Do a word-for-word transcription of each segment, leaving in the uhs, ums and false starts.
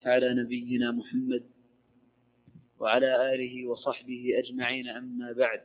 على نبينا محمد وعلى آله وصحبه أجمعين، أما بعد.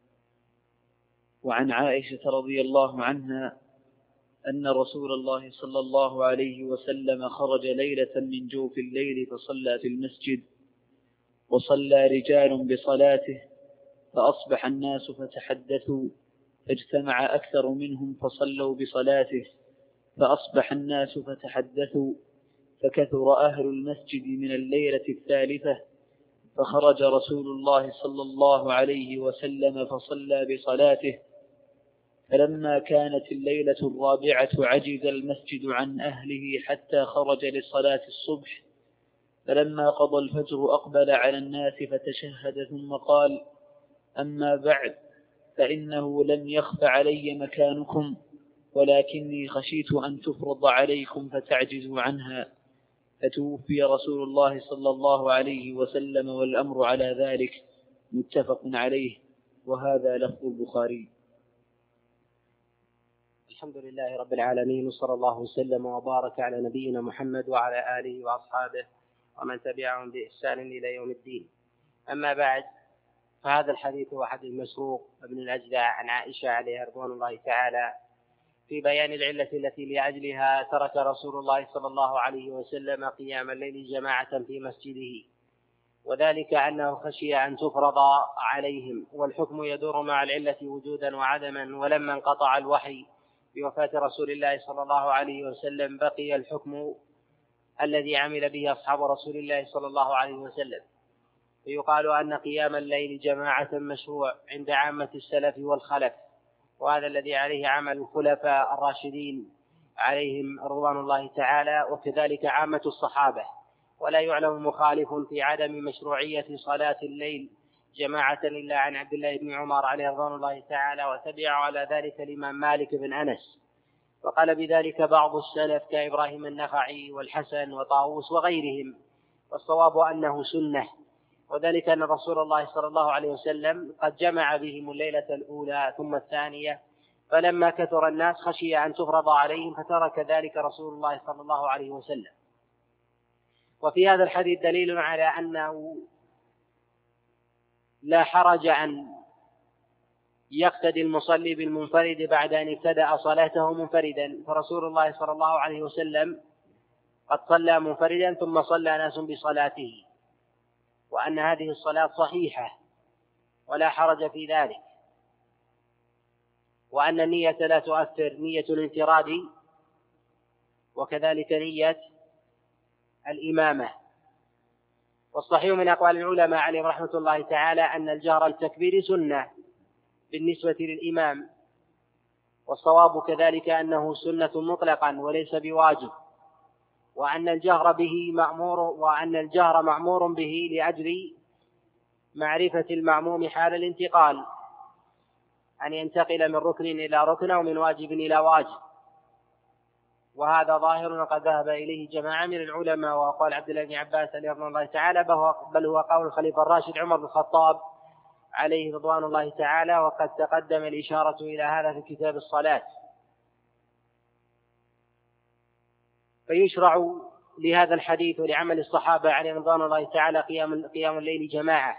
وعن عائشة رضي الله عنها أن رسول الله صلى الله عليه وسلم خرج ليلة من جوف الليل فصلى في المسجد، وصلى رجال بصلاته، فأصبح الناس فتحدثوا، فاجتمع أكثر منهم فصلوا بصلاته، فأصبح الناس فتحدثوا، فكثر أهل المسجد من الليلة الثالثة، فخرج رسول الله صلى الله عليه وسلم فصلى بصلاته، فلما كانت الليلة الرابعة عجز المسجد عن أهله حتى خرج لصلاة الصبح، فلما قضى الفجر أقبل على الناس فتشهد ثم قال: أما بعد، فإنه لم يخف علي مكانكم، ولكني خشيت أن تفرض عليكم فتعجزوا عنها، فتوفي رسول الله صلى الله عليه وسلم والأمر على ذلك، متفق عليه، وهذا لفظ البخاري. الحمد لله رب العالمين، وصلى الله وسلم وبارك على نبينا محمد وعلى آله وأصحابه ومن تبعهم بإحسان إلى يوم الدين. أما بعد، فهذا الحديث هو حديث مسروق ابن الأجدع عن عائشة عليها رضوان الله تعالى في بيان العلة التي لأجلها ترك رسول الله صلى الله عليه وسلم قيام الليل جماعة في مسجده، وذلك أنه خشي أن تفرض عليهم، والحكم يدور مع العلة وجودا وعدما. ولما انقطع الوحي بوفاة رسول الله صلى الله عليه وسلم بقي الحكم الذي عمل به أصحاب رسول الله صلى الله عليه وسلم، فيقال أن قيام الليل جماعة مشروع عند عامة السلف والخلف، وهذا الذي عليه عمل الخلفاء الراشدين عليهم رضوان الله تعالى، وكذلك عامة الصحابة، ولا يعلم مخالف في عدم مشروعية صلاة الليل جماعة إلا عن عبد الله بن عمر عليه رضوان الله تعالى، وتبع على ذلك الإمام مالك بن أنس، وقال بذلك بعض السلف كإبراهيم النخعي والحسن وطاووس وغيرهم، والصواب أنه سنة، وذلك أن رسول الله صلى الله عليه وسلم قد جمع بهم الليلة الأولى ثم الثانية، فلما كثر الناس خشي أن تفرض عليهم فترك ذلك رسول الله صلى الله عليه وسلم. وفي هذا الحديث دليل على أنه لا حرج أن يقتدي المصلي بالمنفرد بعد أن ابتدأ صلاته منفردا، فرسول الله صلى الله عليه وسلم قد صلى منفردا ثم صلى ناس بصلاته، وأن هذه الصلاة صحيحة ولا حرج في ذلك، وأن النية لا تؤثر، نية الانفراد وكذلك نية الإمامة. والصحيح من أقوال العلماء عليهم رحمة الله تعالى أن الجهر بالتكبير سنة بالنسبة للإمام، والصواب كذلك أنه سنة مطلقا وليس بواجب، وأن الجهر به مأمور وأن الجهر مأمور به لأجل معرفة المأموم حال الانتقال، أن ينتقل من ركن إلى ركن أو من واجب إلى واجب، وهذا ظاهر وقد ذهب إليه جماعة من العلماء، وقال عبد الله بن عباس رضي الله تعالى بل هو قول الخليفة الراشد عمر بن الخطاب عليه رضوان الله تعالى، وقد تقدم الإشارة إلى هذا في كتاب الصلاة. فيشرع لهذا الحديث ولعمل الصحابة عليه رضوان الله تعالى قيام قيام الليل جماعة،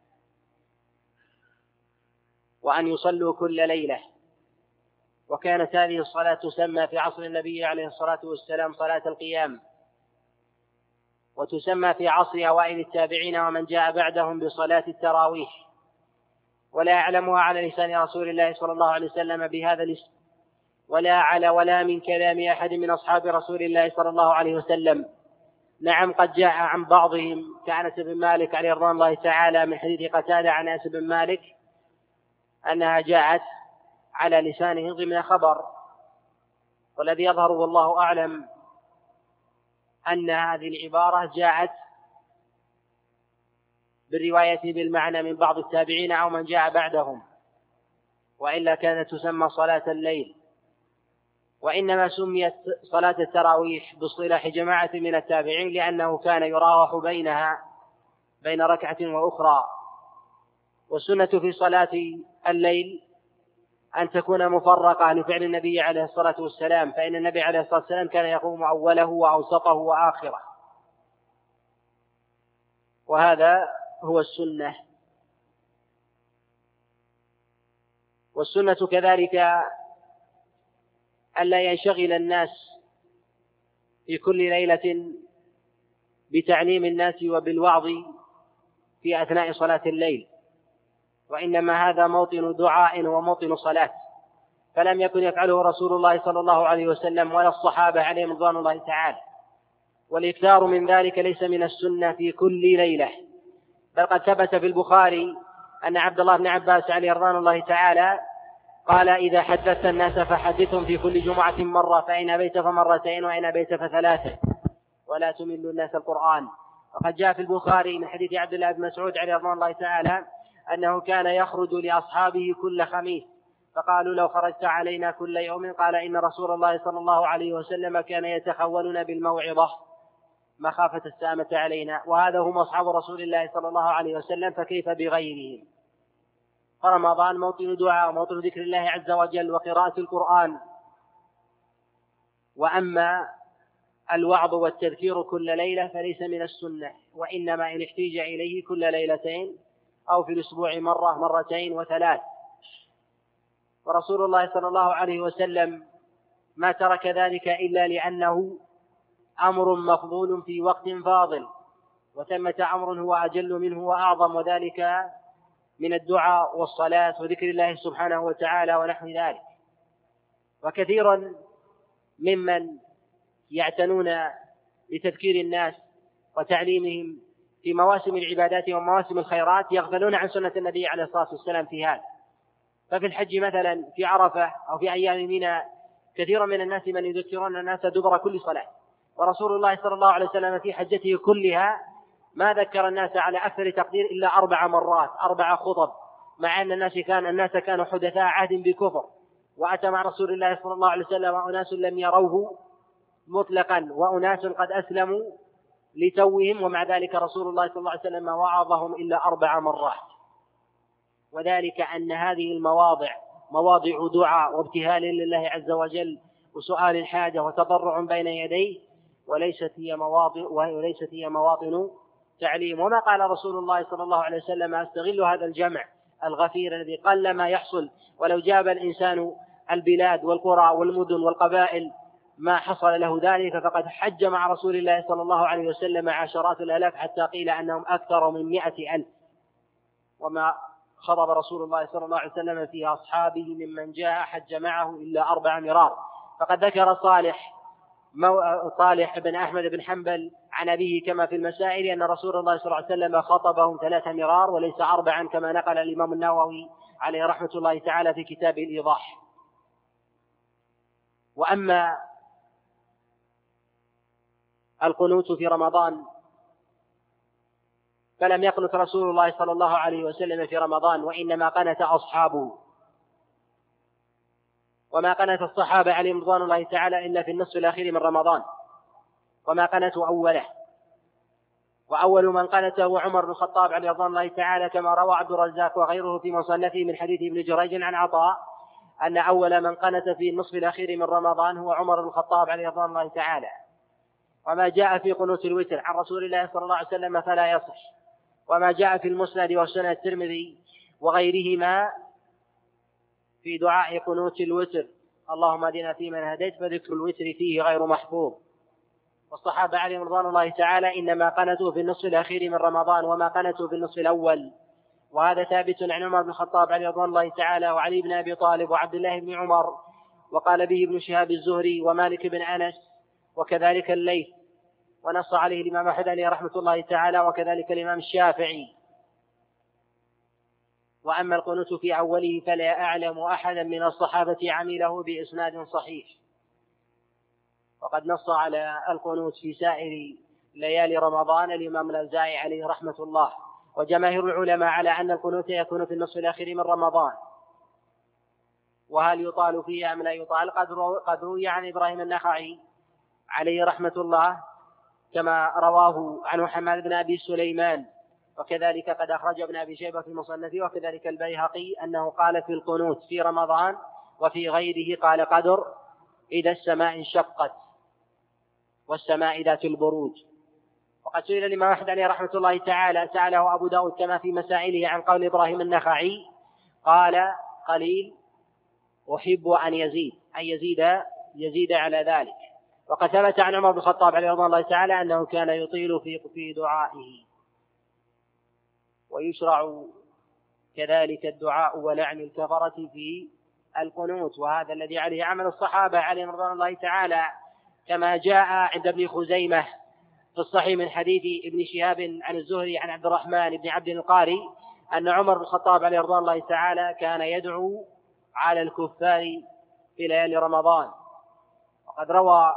وأن يصلوا كل ليلة. وكانت هذه الصلاة تسمى في عصر النبي عليه الصلاة والسلام صلاة القيام، وتسمى في عصر أوائل التابعين ومن جاء بعدهم بصلاة التراويح، ولا يعلمها على لسان رسول الله صلى الله عليه وسلم بهذا الاسم، ولا على ولا من كلام أحد من أصحاب رسول الله صلى الله عليه وسلم. نعم، قد جاء عن بعضهم كأنس بن مالك عليه رضوان الله تعالى من حديث قتادة عن أنس بن مالك أنها جاءت على لسانه ضمن خبر، والذي يظهر والله أعلم أن هذه العبارة جاءت بالرواية بالمعنى من بعض التابعين أو من جاء بعدهم، وإلا كانت تسمى صلاة الليل. وإنما سميت صلاة التراويح باصطلاح جماعة من التابعين لأنه كان يراوح بينها بين ركعة وأخرى. والسنة في صلاة الليل أن تكون مفرقة لفعل النبي عليه الصلاة والسلام، فإن النبي عليه الصلاة والسلام كان يقوم أوله وأوسطه وآخره، وهذا هو السنة. والسنة كذلك ألا ينشغل الناس في كل ليلة بتعليم الناس وبالوعظ في أثناء صلاة الليل، وإنما هذا موطن دعاء وموطن صلاة، فلم يكن يفعله رسول الله صلى الله عليه وسلم ولا الصحابة عليهم رضوان الله تعالى. والإكثار من ذلك ليس من السنة في كل ليلة، بل قد ثبت في البخاري أن عبد الله بن عباس عليه رضوان الله تعالى قال: إذا حدثت الناس فحدثهم في كل جمعة مرة، فإن أبيت فمرتين، وإن أبيت فثلاثة، ولا تمل الناس القرآن. وقد جاء في البخاري من حديث عبد الله بن مسعود عليه رضوان الله تعالى أنه كان يخرج لأصحابه كل خميس، فقالوا: لو خرجت علينا كل يوم؟ قال: إن رسول الله صلى الله عليه وسلم كان يتخولنا بالموعظة مخافة السامة علينا، وهذا هم أصحاب رسول الله صلى الله عليه وسلم، فكيف بغيرهم؟ فرمضان موطن دعاء وموطن ذكر الله عز وجل وقراءة القرآن. وأما الوعظ والتذكير كل ليلة فليس من السنة، وإنما إن احتيج إليه كل ليلتين أو في الأسبوع مرة مرتين وثلاث. ورسول الله صلى الله عليه وسلم ما ترك ذلك إلا لأنه أمر مفضول في وقت فاضل، وثمة أمر هو أجل منه وأعظم، وذلك من الدعاء والصلاة وذكر الله سبحانه وتعالى ونحو ذلك. وكثيرا ممن يعتنون بتذكير الناس وتعليمهم في مواسم العبادات ومواسم الخيرات يغفلون عن سنة النبي عليه الصلاة والسلام في هذا. ففي الحج مثلا في عرفة أو في أيام منى كثير من الناس من يذكرون الناس دبر كل صلاة، ورسول الله صلى الله عليه وسلم في حجته كلها ما ذكر الناس على أكثر تقدير إلا أربع مرات، أربع خطب، مع أن الناس كان الناس كانوا حدثاء عهد بكفر، وأتى مع رسول الله صلى الله عليه وسلم وأناس لم يروه مطلقا، وأناس قد أسلموا لتوهم، ومع ذلك رسول الله صلى الله عليه وسلم ما وعظهم إلا أربع مرات. وذلك أن هذه المواضع مواضع دعاء وابتهال لله عز وجل وسؤال الحاجة وتضرع بين يديه، وليست هي مواطن وليست هي مواطن تعليم. وما قال رسول الله صلى الله عليه وسلم: أستغل هذا الجمع الغفير الذي قل ما يحصل، ولو جاب الإنسان البلاد والقرى والمدن والقبائل ما حصل له ذلك، فقد حج مع رسول الله صلى الله عليه وسلم عشرات الآلاف، حتى قيل أنهم أكثر من مئة ألف. وما خطب رسول الله صلى الله عليه وسلم في أصحابه ممن جاء حج معه إلا أربع مرار. فقد ذكر صالح مو... صالح بن أحمد بن حنبل عن أبيه كما في المسائل أن رسول الله صلى الله عليه وسلم خطبهم ثلاث مرار وليس أربعا كما نقل الإمام النووي عليه رحمة الله تعالى في كتاب الإيضاح. وأما القنوت في رمضان فلم يقنت رسول الله صلى الله عليه وسلم في رمضان، وإنما قنت أصحابه، وما قنت الصحابة عليهم رضوان الله تعالى إلا في النصف الأخير من رمضان، وما قنتوا أوله. وأول من قنته هو عمر بن الخطاب عليه رضوان الله تعالى، كما روى عبد الرزاق وغيره في مصنفه من حديث ابن جريج عن عطاء أن أول من قنت في النصف الأخير من رمضان هو عمر بن الخطاب عليه رضوان الله تعالى. وما جاء في قنوت الوتر عن رسول الله صلى الله عليه وسلم فلا يصح، وما جاء في المسند وسنن الترمذي وغيرهما في دعاء قنوت الوتر: اللهم اهدنا فيمن هديت، فذكر الوتر فيه غير محفوظ. والصحابة عليهم رضوان الله تعالى إنما قنتوا في النصف الأخير من رمضان وما قنتوا في النصف الأول، وهذا ثابت عن عمر بن الخطاب عليه رضوان الله تعالى وعلي بن أبي طالب وعبد الله بن عمر، وقال به ابن شهاب الزهري ومالك بن أنس وكذلك الليث، ونص عليه الإمام أحمد عليه رحمة الله تعالى وكذلك الإمام الشافعي. وأما القنوت في أوله فلا أعلم أحدا من الصحابة عمله بإسناد صحيح. وقد نص على القنوت في سائر ليالي رمضان الإمام الأوزاعي عليه رحمة الله، وجماهير العلماء على أن القنوت يكون في النصف الأخير من رمضان. وهل يطال فيه أم لا يطال؟ قد روي عن إبراهيم النخعي عليه رحمة الله كما رواه عن محمد بن أبي سليمان، وكذلك قد أخرج ابن أبي شيبة في مصنفه، وكذلك البيهقي أنه قال في القنوت في رمضان، وفي غيره قال قدر إذا السماء انشقت والسماء ذات البروج. وقد سئل الإمام أحمد عليه رحمة الله تعالى سأله أبو داود كما في مسائله عن قول إبراهيم النخعي قال قليل أحب أن يزيد أن يزيد يزيد على ذلك. وقد ثبت عن عمر بن الخطاب عليه رضي الله تعالى أنه كان يطيل في في دعائه. ويشرع كذلك الدعاء ولعن الكفرة في القنوت، وهذا الذي عليه عمل الصحابة عليهم رضوان الله تعالى، كما جاء عند ابن خزيمة في الصحيح من حديث ابن شهاب عن الزهري عن عبد الرحمن بن عبد القاري أن عمر بن الخطاب عليه رضوان الله تعالى كان يدعو على الكفار في ليالي رمضان. وقد روى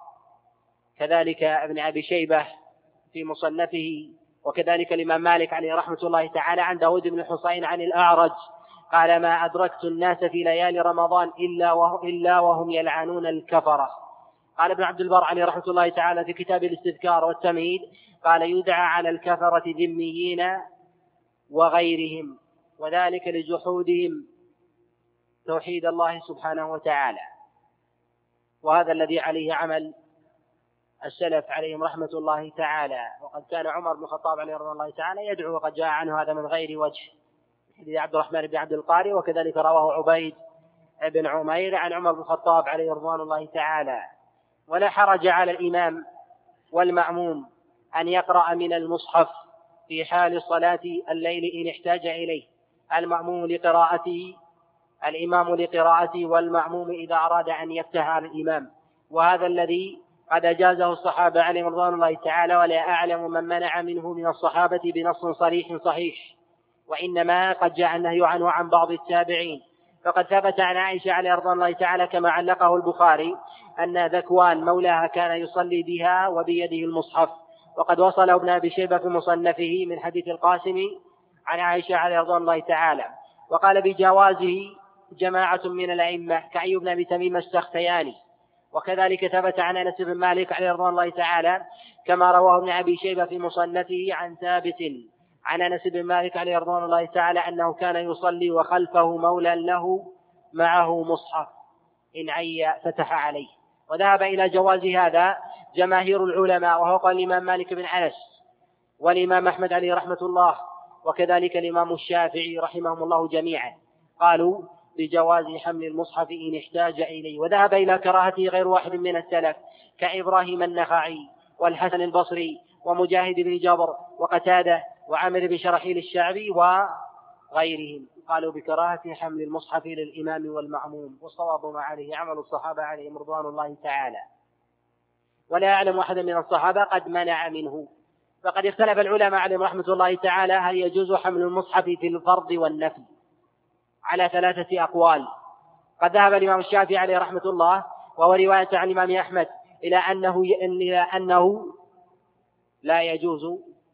كذلك ابن أبي شيبة في مصنفه، وكذلك الإمام مالك عليه رحمة الله تعالى عن داود بن حسين عن الأعرج قال ما أدركت الناس في ليالي رمضان إلا وهم يلعنون الكفرة. قال ابن عبد البر عليه رحمة الله تعالى في كتاب الاستذكار والتمهيد قال يدعى على الكفرة ذميين وغيرهم، وذلك لجحودهم توحيد الله سبحانه وتعالى. وهذا الذي عليه عمل السلف عليهم رحمة الله تعالى. وقد كان عمر بن الخطاب عليه رضي الله تعالى يدعو، وقد جاء عنه هذا من غير وجه حديث عبد الرحمن بن عبد القاري، وكذلك رواه عبيد بن عمير عن عمر بن الخطاب عليه رضوان الله تعالى. ولا حرج على الإمام والمأموم أن يقرأ من المصحف في حال صلاة الليل إن احتاج إليه، المأموم لقراءته الإمام لقراءته والمأموم إذا أراد أن يفتح على الإمام. وهذا الذي قد أجازه الصحابة عليهم رضوان الله تعالى، ولا أعلم من منع منه من الصحابة بنص صريح صحيح، وإنما قد جاء النهي عنه عن بعض التابعين. فقد ثبت عن عائشة عليه رضوان الله تعالى كما علقه البخاري أن ذكوان مولاها كان يصلي بها وبيده المصحف. وقد وصله ابن أبي شيبة في مصنفه من حديث القاسم عن عائشة عليه رضوان الله تعالى. وقال بجوازه جماعة من الأئمة كأيوب بن أبي تميم السختياني. وكذلك ثبت عن أنس بن مالك عليه رضوان الله تعالى كما رواه ابن أبي شيبة في مصنفه عن ثابت عن أنس بن مالك عليه رضوان الله تعالى أنه كان يصلي وخلفه مولى له معه مصحف إن عي فتح عليه. وذهب إلى جواز هذا جماهير العلماء، وهو قال الإمام مالك بن أنس والإمام أحمد عليه رحمة الله، وكذلك الإمام الشافعي رحمهم الله جميعا، قالوا بجواز حمل المصحف إن احتاج إليه. وذهب إلى كراهته غير واحد من السلف كإبراهيم النخعي والحسن البصري ومجاهد بن جبر وقتادة وعامر بن شرحيل الشعبي وغيرهم، قالوا بكراهة حمل المصحف للإمام والمأموم، والصواب ما عليه عمل الصحابة عليهم رضوان الله تعالى. ولا أعلم أحدا من الصحابة قد منع منه. فقد اختلف العلماء عليهم رحمة الله تعالى هل يجوز حمل المصحف في الفرض والنفل على ثلاثة أقوال. قد ذهب الإمام الشافعي عليه رحمة الله وهو رواية عن الإمام أحمد إلى أنه, إلى أنه لا يجوز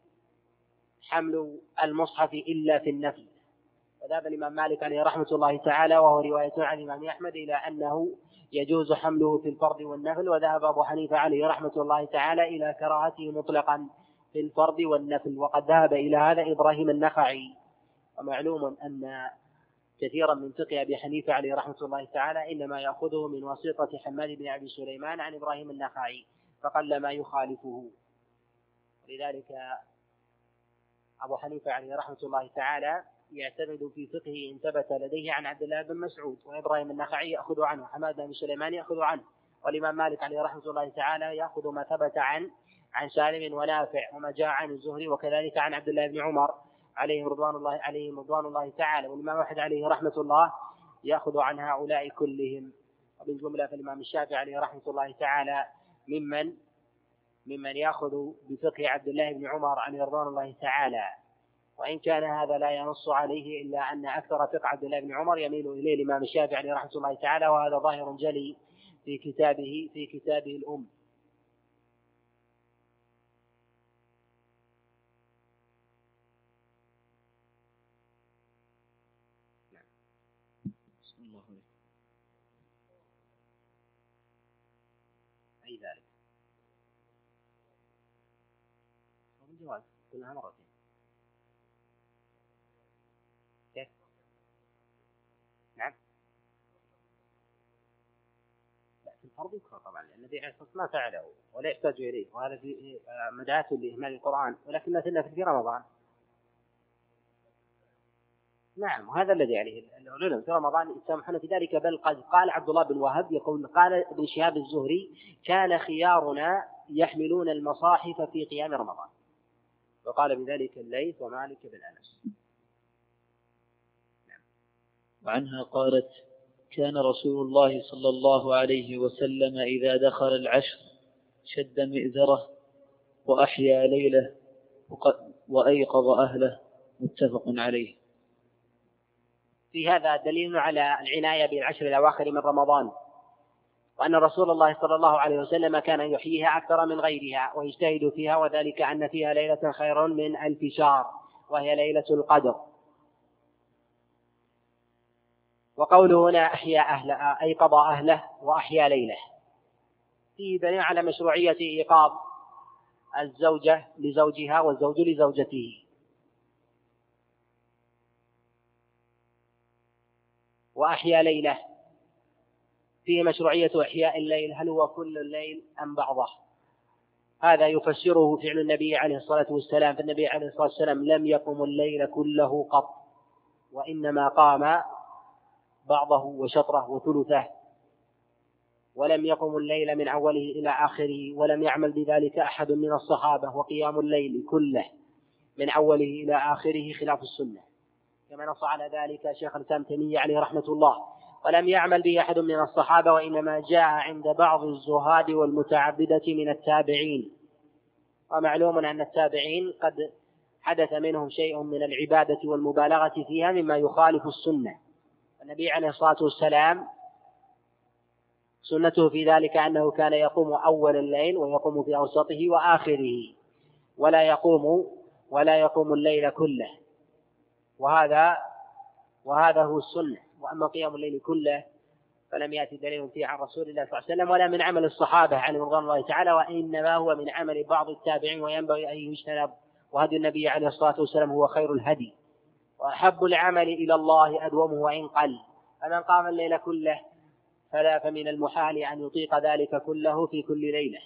حمل المصحف إلا في النفل. وذهب الإمام مالك عليه رحمة الله تعالى وهو رواية عن الإمام أحمد إلى أنه يجوز حمله في الفرض والنفل. وذهب أبو حنيفة عليه رحمة الله تعالى إلى كراهته مطلقا في الفرض والنفل. وقد ذهب إلى هذا إبراهيم النخعي. ومعلوم أن كثيرا من فقه أبي حنيفة عليه رحمة الله تعالى إنما يأخذه من واسطة حماد بن أبي سليمان عن إبراهيم النخعي، فقل ما يخالفه. لذلك أبو حنيفة عليه رحمة الله تعالى يعتمد في فقهه إن ثبت لديه عن عبد الله بن مسعود، وإبراهيم النخعي يأخذ عنه، حماد بن سليمان يأخذ عنه، والإمام مالك عليه رحمة الله تعالى يأخذ ما ثبت عن عن سالم ونافع وما جاء عن الزهري، وكذلك عن عبد الله بن عمر عليهم رضوان الله عليهم رضوان الله تعالى. والإمام أحمد عليه رحمة الله يأخذ عن هؤلاء كلهم. وبالجملة فالإمام الشافعي عليه رحمة الله تعالى ممن ممن يأخذ بفقه عبد الله بن عمر عليه رضوان الله تعالى، وإن كان هذا لا ينص عليه إلا أن أكثر فقه عبد الله بن عمر يميل إليه الإمام الشافعي عليه رحمة الله تعالى، وهذا ظاهر جلي في كتابه في كتابه الأم. أي ذلك الجواز كلها مرتين. كيف؟ نعم. لا في الفرض يكره طبعا، لأن النبي عليه الصلاة والسلام ما فعله ولا يحتاج إليه، وهذا في مدعاة لإهمال القرآن، ولكن لا في رمضان. نعم، وهذا الذي عليه العلماء في رمضان يسامحون في ذلك، بل قد قال عبد الله بن وهب يقول قال ابن شهاب الزهري كان خيارنا يحملون المصاحف في قيام رمضان، وقال بذلك الليث ومالك بن أنس. نعم. وعنها قالت كان رسول الله صلى الله عليه وسلم إذا دخل العشر شد مئزره وأحيا ليله وأيقظ أهله، متفق عليه. في هذا دليل على العناية بالعشر الأواخر من رمضان، وأن رسول الله صلى الله عليه وسلم كان يحييها أكثر من غيرها ويجتهد فيها، وذلك أن فيها ليلة خير من ألف شهر وهي ليلة القدر. وقوله هنا أحيا أهله أيقظ أهله وأحيا ليله فيه دليل على مشروعية إيقاظ الزوجة لزوجها والزوج لزوجته. وأحيا ليله فيه مشروعية إحياء الليل، هل هو كل الليل أم بعضه؟ هذا يفسره فعل النبي عليه الصلاة والسلام، فالنبي عليه الصلاة والسلام لم يقم الليل كله قط، وإنما قام بعضه وشطره وثلثه، ولم يقم الليل من أوله إلى آخره، ولم يعمل بذلك أحد من الصحابة، وقيام الليل كله من أوله إلى آخره خلاف السنة، كما نص على ذلك شيخ الإسلام ابن تيمية عليه رحمة الله. ولم يعمل به أحد من الصحابة، وإنما جاء عند بعض الزهاد والمتعبدة من التابعين، ومعلوم أن التابعين قد حدث منهم شيء من العبادة والمبالغة فيها مما يخالف السنة. النبي عليه الصلاة والسلام سنته في ذلك أنه كان يقوم أول الليل ويقوم في أوسطه وآخره، ولا يقوم ولا يقوم الليل كله، وهذا وهذا هو السنة. وأما قيام الليل كله فلم يأتي دليل فيه عن رسول الله صلى الله عليه وسلم ولا من عمل الصحابة عليهم رضوان الله تعالى، وإنما هو من عمل بعض التابعين، وينبغي أن يجتنب. وهدي النبي عليه الصلاة والسلام هو خير الهدي، وأحب العمل إلى الله أدومه وإن قل. فمن قام الليل كله فلا فمن المحال أن يطيق ذلك كله في كل ليلة.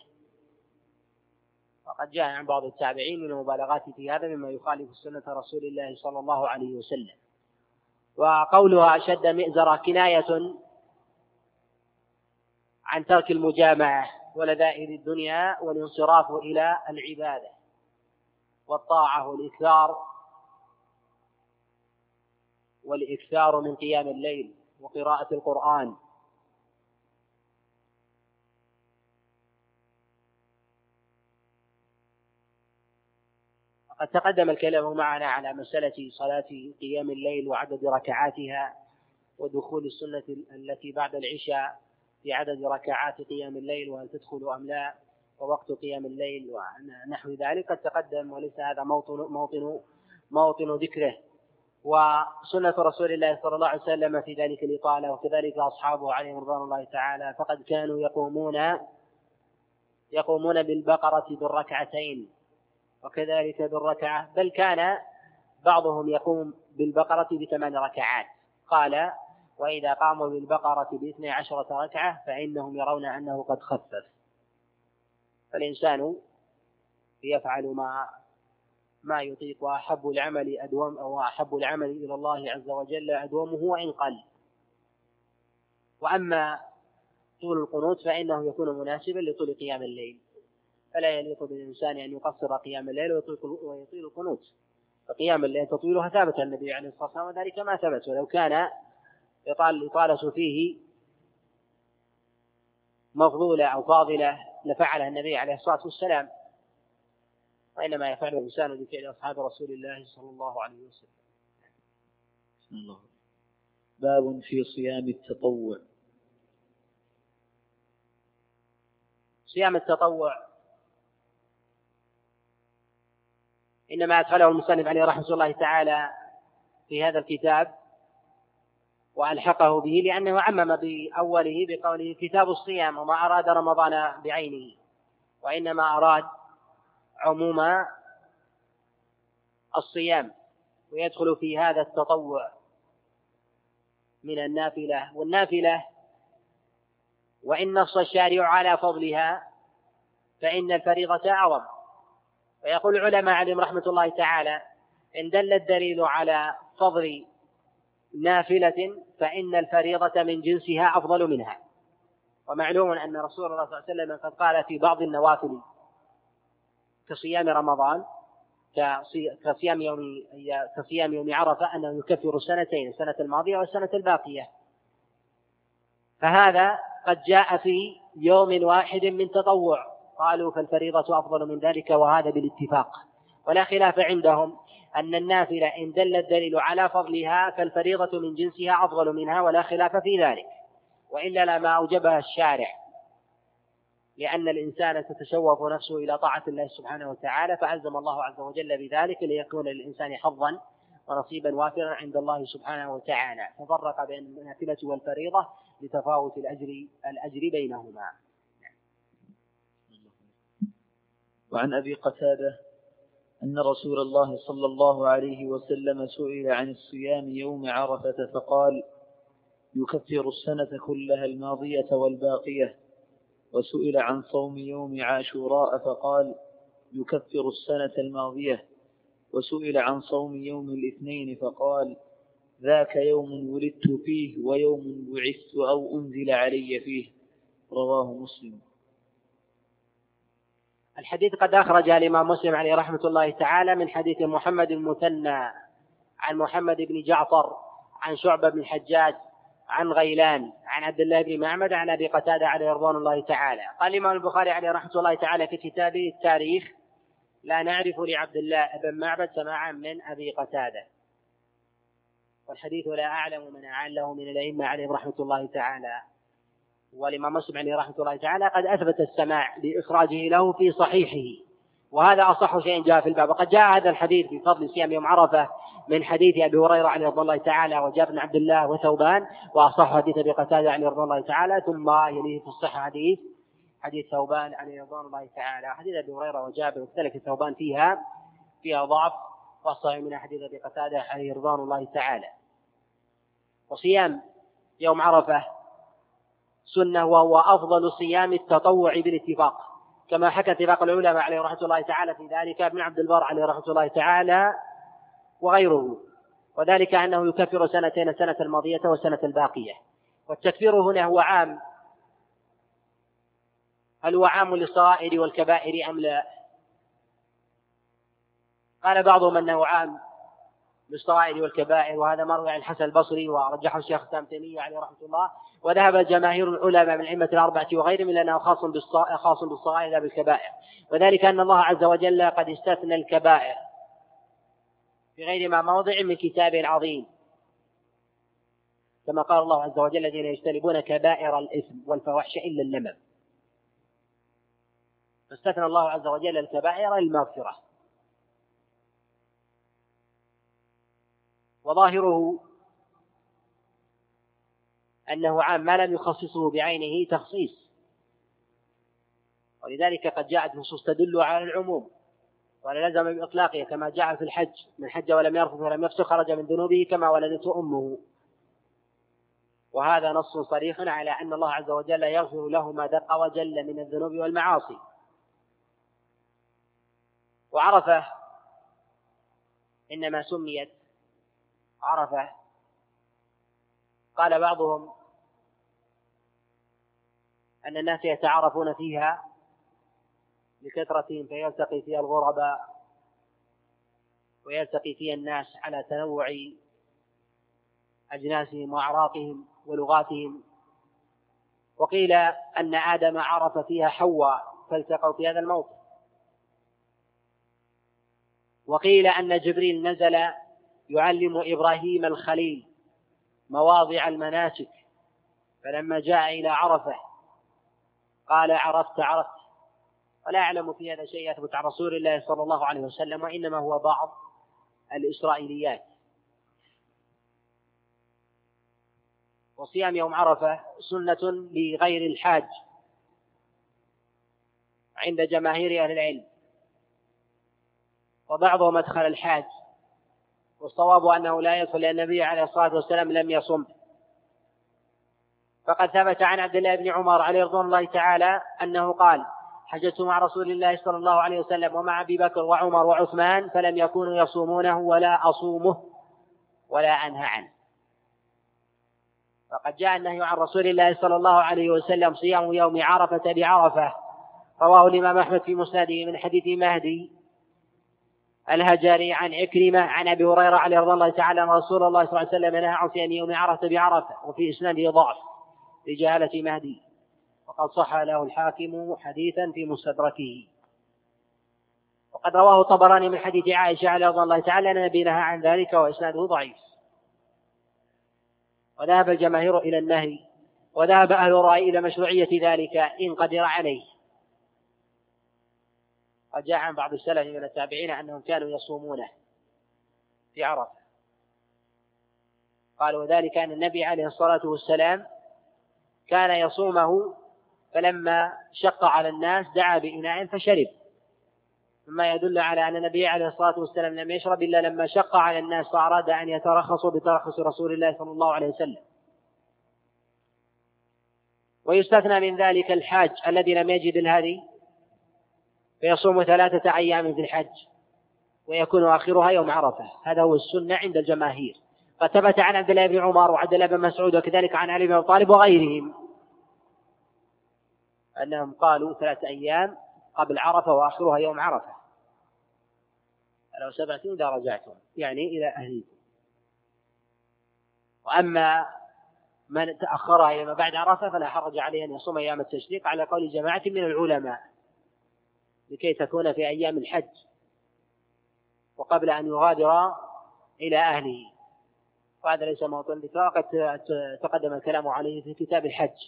وقد جاء عن بعض التابعين من المبالغات في هذا مما يخالف سنة رسول الله صلى الله عليه وسلم. وقولها شد مئزرة كناية عن ترك المجامعة ولذائذ الدنيا والانصراف إلى العبادة والطاعة والإكثار والإكثار من قيام الليل وقراءة القرآن. قد تقدم الكلام معنا على مسألة صلاة قيام الليل وعدد ركعاتها، ودخول السنة التي بعد العشاء في عدد ركعات قيام الليل وهل تدخل أم لا، ووقت قيام الليل ونحو ذلك قد تقدم، وليس هذا موطن موطن موطن ذكره. وسنة رسول الله صلى الله عليه وسلم في ذلك الإطالة، وكذلك أصحابه عليهم رضوان الله تعالى، فقد كانوا يقومون يقومون بالبقرة بالركعتين وكذلك بالركعة، بل كان بعضهم يقوم بالبقرة بثمان ركعات. قال وإذا قاموا بالبقرة باثني عشرة ركعة فإنهم يرون أنه قد خفف. فالإنسان يفعل ما ما يطيق، وأحب العمل أدوم أو أحب العمل إلى الله عز وجل أدومه وإن قل. وأما طول القنوت فإنه يكون مناسبا لطول قيام الليل، فلا يليق بالإنسان أن يقصر قيام الليل ويطيل القنوت، فقيام الليل تطويلها ثابت النبي عليه الصلاة والسلام وذلك ما ثبت، ولو كان الإطالة فيه مفضولة أو فاضلة لفعلها النبي عليه الصلاة والسلام، وإنما يفعله الإنسان بفعل أصحاب رسول الله صلى الله عليه وسلم. الله. باب في صيام التطوع. صيام التطوع إنما أدخله المصنف عليه رحمة الله تعالى في هذا الكتاب وألحقه به لأنه عمم بأوله بقوله كتاب الصيام، وما أراد رمضان بعينه، وإنما أراد عموم الصيام، ويدخل في هذا التطوع من النافلة. والنافلة وإن نص الشارع على فضلها فإن الفريضة أعظم. ويقول العلماء عليهم رحمة الله تعالى: إن دل الدليل على فضل نافلة فإن الفريضة من جنسها أفضل منها. ومعلوم أن رسول الله صلى الله عليه وسلم قد قال في بعض النوافل كصيام رمضان كصيام يوم كصيام يوم عرفة أنه يكفر السنتين، السنة الماضية والسنة الباقية. فهذا قد جاء في يوم واحد من تطوع، قالوا فالفريضة أفضل من ذلك، وهذا بالاتفاق. ولا خلاف عندهم أن النافلة إن دل الدليل على فضلها فالفريضة من جنسها أفضل منها، ولا خلاف في ذلك، وإلا لما أوجبها الشارع، لأن الإنسان تتشوف نفسه إلى طاعة الله سبحانه وتعالى، فألزم الله عز وجل بذلك ليكون للإنسان حظا ونصيبا وافرا عند الله سبحانه وتعالى، ففرق بين النافلة والفريضة لتفاوت الأجر الأجر بينهما. وعن أبي قتادة أن رسول الله صلى الله عليه وسلم سئل عن الصيام يوم عرفة فقال: يكفر السنة كلها الماضية والباقية. وسئل عن صوم يوم عاشوراء فقال: يكفر السنة الماضية. وسئل عن صوم يوم الاثنين فقال: ذاك يوم ولدت فيه ويوم بعثت أو أنزل علي فيه. رواه مسلم. الحديث قد أخرج الإمام مسلم عليه رحمة الله تعالى من حديث محمد المثنى عن محمد بن جعفر عن شعبة بن الحجاج عن غيلان عن عبد الله بن معبد عن أبي قتادة عليه رضوان الله تعالى. قال الإمام البخاري عليه رحمة الله تعالى في كتابه التاريخ: لا نعرف لعبد الله بن معبد سماعا من أبي قتادة. والحديث لا أعلم من أعله من الأئمة عليه رحمة الله تعالى. والإمام مسلم عليه رحمة الله تعالى قد أثبت السماع بإخراجه له في صحيحه، وهذا أصح شيء جاء في الباب. وقد جاء هذا الحديث في فضل صيام يوم عرفة من حديث أبي هريرة عليه رضي الله تعالى وجابر بن عبد الله وثوبان، وأصح حديث أبي قتادة عليه رضي الله تعالى، ثم يليه في الصحة حديث حديث ثوبان عليه رضي الله تعالى. حديث أبي هريرة وجابر وكذلك ثوبان فيها فيها ضعف، والصحيح من حديث أبي قتادة عليه رضي الله تعالى. وصيام يوم عرفة سنة، وهو أفضل صيام التطوع بالاتفاق، كما حكى اتفاق العلماء عليه رحمة الله تعالى في ذلك ابن عبد البر عليه رحمة الله تعالى وغيره، وذلك أنه يكفر سنتين، السنة الماضية والسنة الباقية. والتكفير هنا هو عام، هل هو عام للصغائر والكبائر أم لا؟ قال بعضهم أنه عام للصغائر والكبائر، وهذا مروي عن الحسن البصري ورجحه الشيخ الإسلام تيمية عليه رحمة الله. وذهب جماهير العلماء من الأئمة الأربعة وغيرهم إلى أنه خاص خاص بالصغائر لا بالكبائر، وذلك أن الله عز وجل قد استثنى الكبائر في غير ما موضع من كتابه العظيم، كما قال الله عز وجل: الذين يجتنبون كبائر الإثم والفواحش إلا اللمم. فاستثنى الله عز وجل الكبائر المغفرة. وظاهره أنه عام ما لم يخصصه بعينه تخصيص، ولذلك قد جاءت نصوص تدل على العموم ولا لزم بإطلاقه، كما جاء في الحج: من حج ولم يرفث ولم يفسق خرج من ذنوبه كما ولدته أمه. وهذا نص صريح على أن الله عز وجل يغفر له ما دق وجل من الذنوب والمعاصي. وعرفة إنما سميت عرفة، قال بعضهم أن الناس يتعارفون فيها لكثرتهم فيلتقي فيها الغرباء ويلتقي فيها الناس على تنوع أجناسهم وأعراقهم ولغاتهم. وقيل أن آدم عرف فيها حواء فالتقوا في هذا الموطن. وقيل أن جبريل نزل يعلم إبراهيم الخليل مواضع المناسك، فلما جاء إلى عرفة قال: عرفت عرفت. ولا أعلم في هذا شيء يثبت عن رسول الله صلى الله عليه وسلم، وإنما هو بعض الإسرائيليات. وصيام يوم عرفة سنة لغير الحاج عند جماهير أهل العلم، وبعضهم أدخل الحاج، والصواب أنه لا يدخل، لأن النبي عليه الصلاة والسلام لم يصم. فقد ثبت عن عبد الله بن عمر عليه رضوان الله تعالى أنه قال: حججت مع رسول الله صلى الله عليه وسلم ومع أبي بكر وعمر وعثمان فلم يكونوا يصومونه ولا أصومه ولا أنهى عنه. فقد جاء النهي عن رسول الله صلى الله عليه وسلم صيام يوم عرفة بعرفة، رواه الإمام أحمد في مسنده من حديث مهدي الهجري عن عكرمة عن أبي هريرة عليه رضي الله تعالى أن رسول الله صلى الله عليه وسلم نهى عن صيام يوم عرفة بعرفة، وفي إسناده ضعف لجهالة مهدي، وقد صح له الحاكم حديثا في مستدركه. وقد رواه الطبراني من حديث عائشة عليه رضي الله تعالى أن النبي نهى عن ذلك وإسناده ضعيف. وذهب الجماهير إلى النهي، وذهب أهل الرأي إلى مشروعية ذلك إن قدر عليه. قد جاء عن بعض السلف من التابعين أنهم كانوا يصومونه في عرفة، قالوا وذلك أن النبي عليه الصلاة والسلام كان يصومه، فلما شق على الناس دعا بإناء فشرب، مما يدل على أن النبي عليه الصلاة والسلام لم يشرب إلا لما شق على الناس فأراد أن يترخصوا بترخص رسول الله صلى الله عليه وسلم. ويستثنى من ذلك الحاج الذي لم يجد الهدي فيصوم ثلاثة أيام في الحج ويكون آخرها يوم عرفة، هذا هو السنة عند الجماهير. قد ثبت عن عبد الله بن عمر وعبد الله بن مسعود وكذلك عن علي بن أبي طالب وغيرهم أنهم قالوا ثلاثة أيام قبل عرفة وآخرها يوم عرفة، لو سبعتم إذا رجعتم يعني إلى أهليكم. وأما من تأخرها إلى ما بعد عرفة فلا حرج عليه أن يصوم أيام التشريق على قول جماعة من العلماء لكي تكون في أيام الحج وقبل أن يغادر إلى أهله، وهذا ليس موطن ذكر، قد تقدم الكلام عليه في كتاب الحج.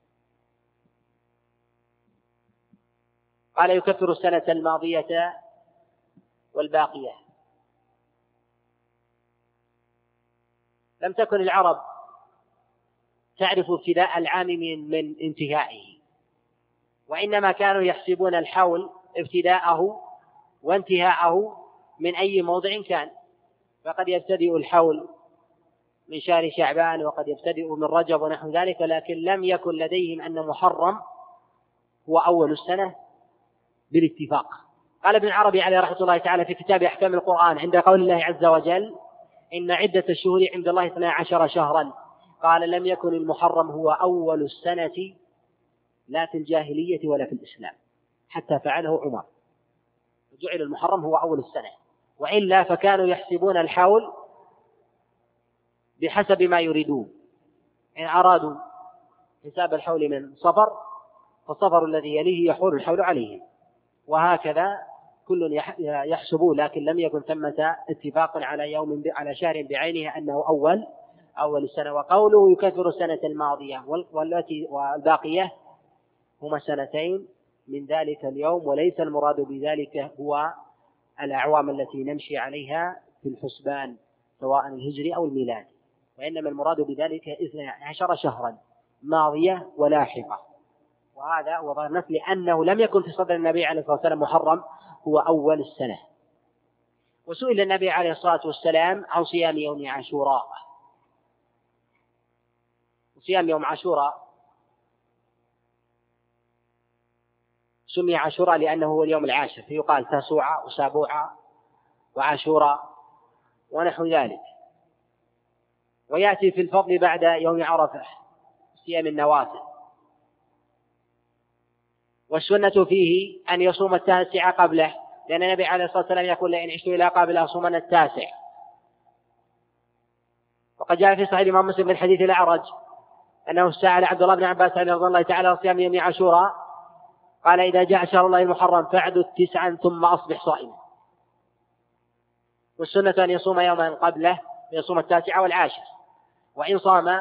قال: يكفر السنة الماضية والباقية. لم تكن العرب تعرف ابتداء العام من, من انتهائه، وإنما كانوا يحسبون الحول ابتداءه وانتهاءه من أي موضع كان، فقد يبتدئ الحول من شهر شعبان وقد يبتدئ من رجب ونحو ذلك، لكن لم يكن لديهم أن محرم هو أول السنة بالاتفاق. قال ابن العربي عليه رحمة الله تعالى في كتاب أحكام القرآن عند قول الله عز وجل: إن عدة الشهور عند الله اثنا عشر شهرا، قال: لم يكن المحرم هو أول السنة لا في الجاهلية ولا في الإسلام حتى فعله عمر، جعل المحرم هو أول السنة، وإلا فكانوا يحسبون الحول بحسب ما يريدون. إن أرادوا حساب الحول من صفر فالصفر الذي يليه يحول الحول عليهم، وهكذا كل يحسبوا، لكن لم يكن ثمة اتفاق على يوم على شهر بعينه أنه أول أول السنة. وقوله يكفر السنة الماضية والتي والباقية هما سنتين من ذلك اليوم، وليس المراد بذلك هو الأعوام التي نمشي عليها في الحسبان سواء الهجري أو الميلادي، وإنما المراد بذلك اثنا عشر شهرا ماضية ولاحقة. وهذا وظهر نفس لأنه لم يكن في صدر النبي عليه الصلاة والسلام محرم هو أول السنة. وسئل النبي عليه الصلاة والسلام عن صيام يوم عاشوراء. صيام يوم عاشوراء سمي عاشوراء لأنه هو اليوم العاشر، فيقال تاسوعة وسابوعة وعاشوراء ونحو ذلك. ويأتي في الفضل بعد يوم عرفة صيام النوافل. والسنة فيه أن يصوم التاسع قبله، لأن النبي عليه الصلاة والسلام يقول: لئن عشت إلى قابل أصومن التاسع. وقد جاء في صحيح الإمام مسلم من حديث الأعرج أنه سأل عبد الله بن عباس رضي الله تعالى عن صيام يوم عاشوراء، قال: إذا جاء شهر الله المحرم فاعدد تسعا ثم أصبح صائما. والسنة أن يصوم يوما قبله، يصوم التاسع والعاشر. وإن صام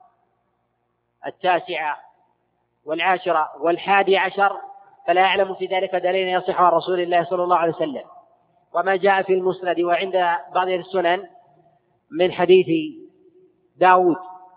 التاسع والعاشرة والحادي عشر فلا يعلم في ذلك دليل يصح عن رسول الله صلى الله عليه وسلم. وما جاء في المسند وعند بعض السنن من حديث داود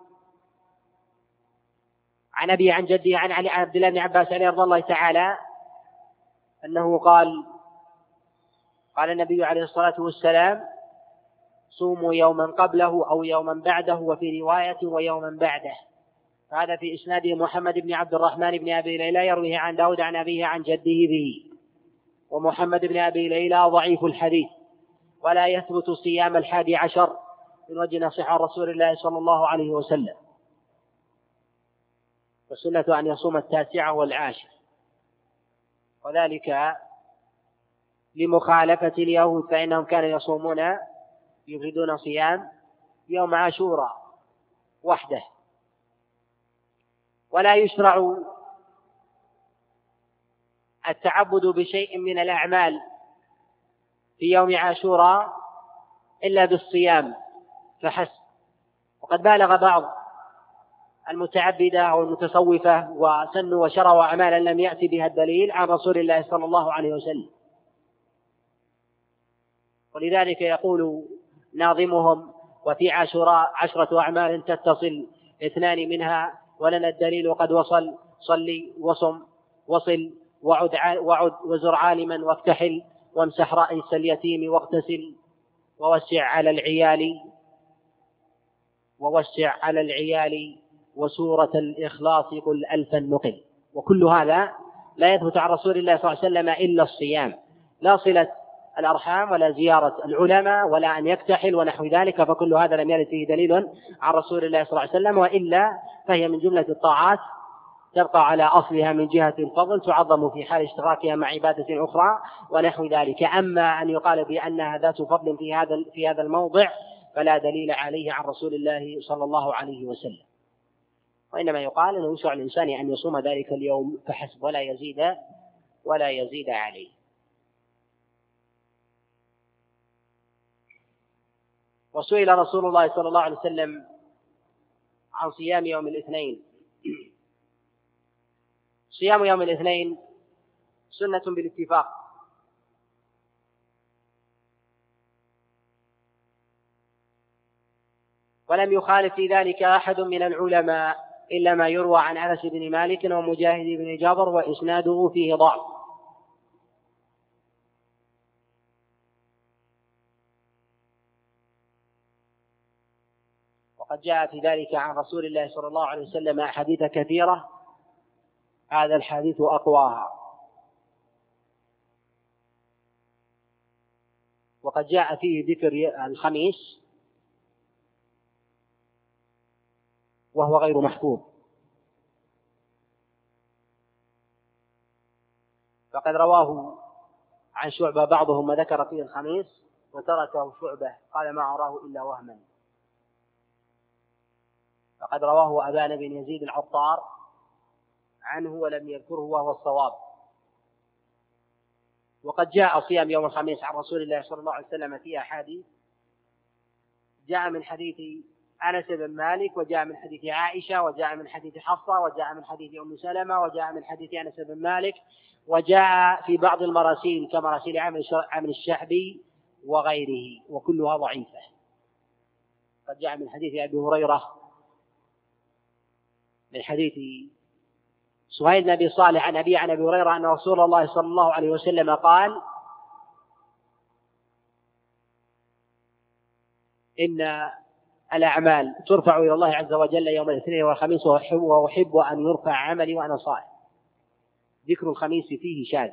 عن أبي عن جدي عن علي عبد الله بن عباس عليه رضي الله تعالى أنه قال: قال النبي عليه الصلاة والسلام: صوموا يوما قبله أو يوما بعده، وفي رواية ويوما بعده. هذا في إسناده محمد بن عبد الرحمن بن أبي ليلى يرويه عن داود عن أبيه عن جده به، ومحمد بن أبي ليلى ضعيف الحديث ولا يثبت صيام الحادي عشر من وجه نصح عن رسول الله صلى الله عليه وسلم، والسنة أن يصوم التاسعة والعاشر، وذلك لمخالفة اليهود فإنهم كانوا يصومون يفردون صيام يوم عاشوراء وحده. ولا يشرع التعبد بشيء من الأعمال في يوم عاشوراء إلا بالصيام فحسب. وقد بالغ بعض المتعبدة أو المتصوفة وسنوا وشرعوا أعمالا لم يأتي بها الدليل عن رسول الله صلى الله عليه وسلم، ولذلك يقول ناظمهم: وفي عاشوراء عشرة أعمال تتصل اثنان منها ولنا الدليل قد وصل، صلي وصم وصل وعد, وعد وزر عالما وافتحل وامسح رأس اليتيم واغتسل ووسع على العيال ووسع على العيال وسورة الإخلاص قل ألفا نقل. وكل هذا لا يثبت عن رسول الله صلى الله عليه وسلم إلا الصيام، لا صلة الأرحام ولا زيارة العلماء ولا أن يكتحل ونحو ذلك، فكل هذا لم يرد فيه دليل عن رسول الله صلى الله عليه وسلم، وإلا فهي من جملة الطاعات تبقى على أصلها من جهة الفضل تعظم في حال اشتراكها مع عبادة أخرى ونحو ذلك. أما أن يقال بأنها ذات فضل في هذا في هذا الموضع فلا دليل عليه عن رسول الله صلى الله عليه وسلم، وإنما يقال أنه يشرع الإنسان أن يصوم ذلك اليوم فحسب ولا يزيد ولا يزيد عليه. وسئل رسول الله صلى الله عليه وسلم عن صيام يوم الاثنين. صيام يوم الاثنين سنة بالاتفاق، ولم يخالف في ذلك أحد من العلماء إلا ما يروى عن أنس بن مالك ومجاهد بن جبر وإسناده فيه ضعف. وقد جاء في ذلك عن رسول الله صلى الله عليه وسلم أحاديث كثيرة، هذا الحديث أقواها. وقد جاء فيه ذكر الخميس وهو غير محفوظ، فقد رواه عن شعبة بعضهم وذكر فيه الخميس وتركه شعبة قال ما أراه إلا وهما. فقد رواه أبان بن يزيد العطار عنه ولم يذكره وهو الصواب. وقد جاء صيام يوم الخميس عن رسول الله صلى الله عليه وسلم في أحاديث، جاء من حديث أنس بن مالك، وجاء من حديث عائشة، وجاء من حديث حفصة، وجاء من حديث أم سلمة، وجاء من حديث أنس بن مالك، وجاء في بعض المراسيل كمراسيل عامر الشعبي وغيره، وكلها ضعيفة. قد جاء من حديث أبي هريرة من حديث سهيل بن أبي صالح عن أبي عن أبي هريرة أن رسول الله صلى الله عليه وسلم قال: إن الأعمال ترفع إلى الله عز وجل يوم الاثنين والخميس، وأحب أن يرفع عملي وأنا صائم. ذكر الخميس فيه شاذ،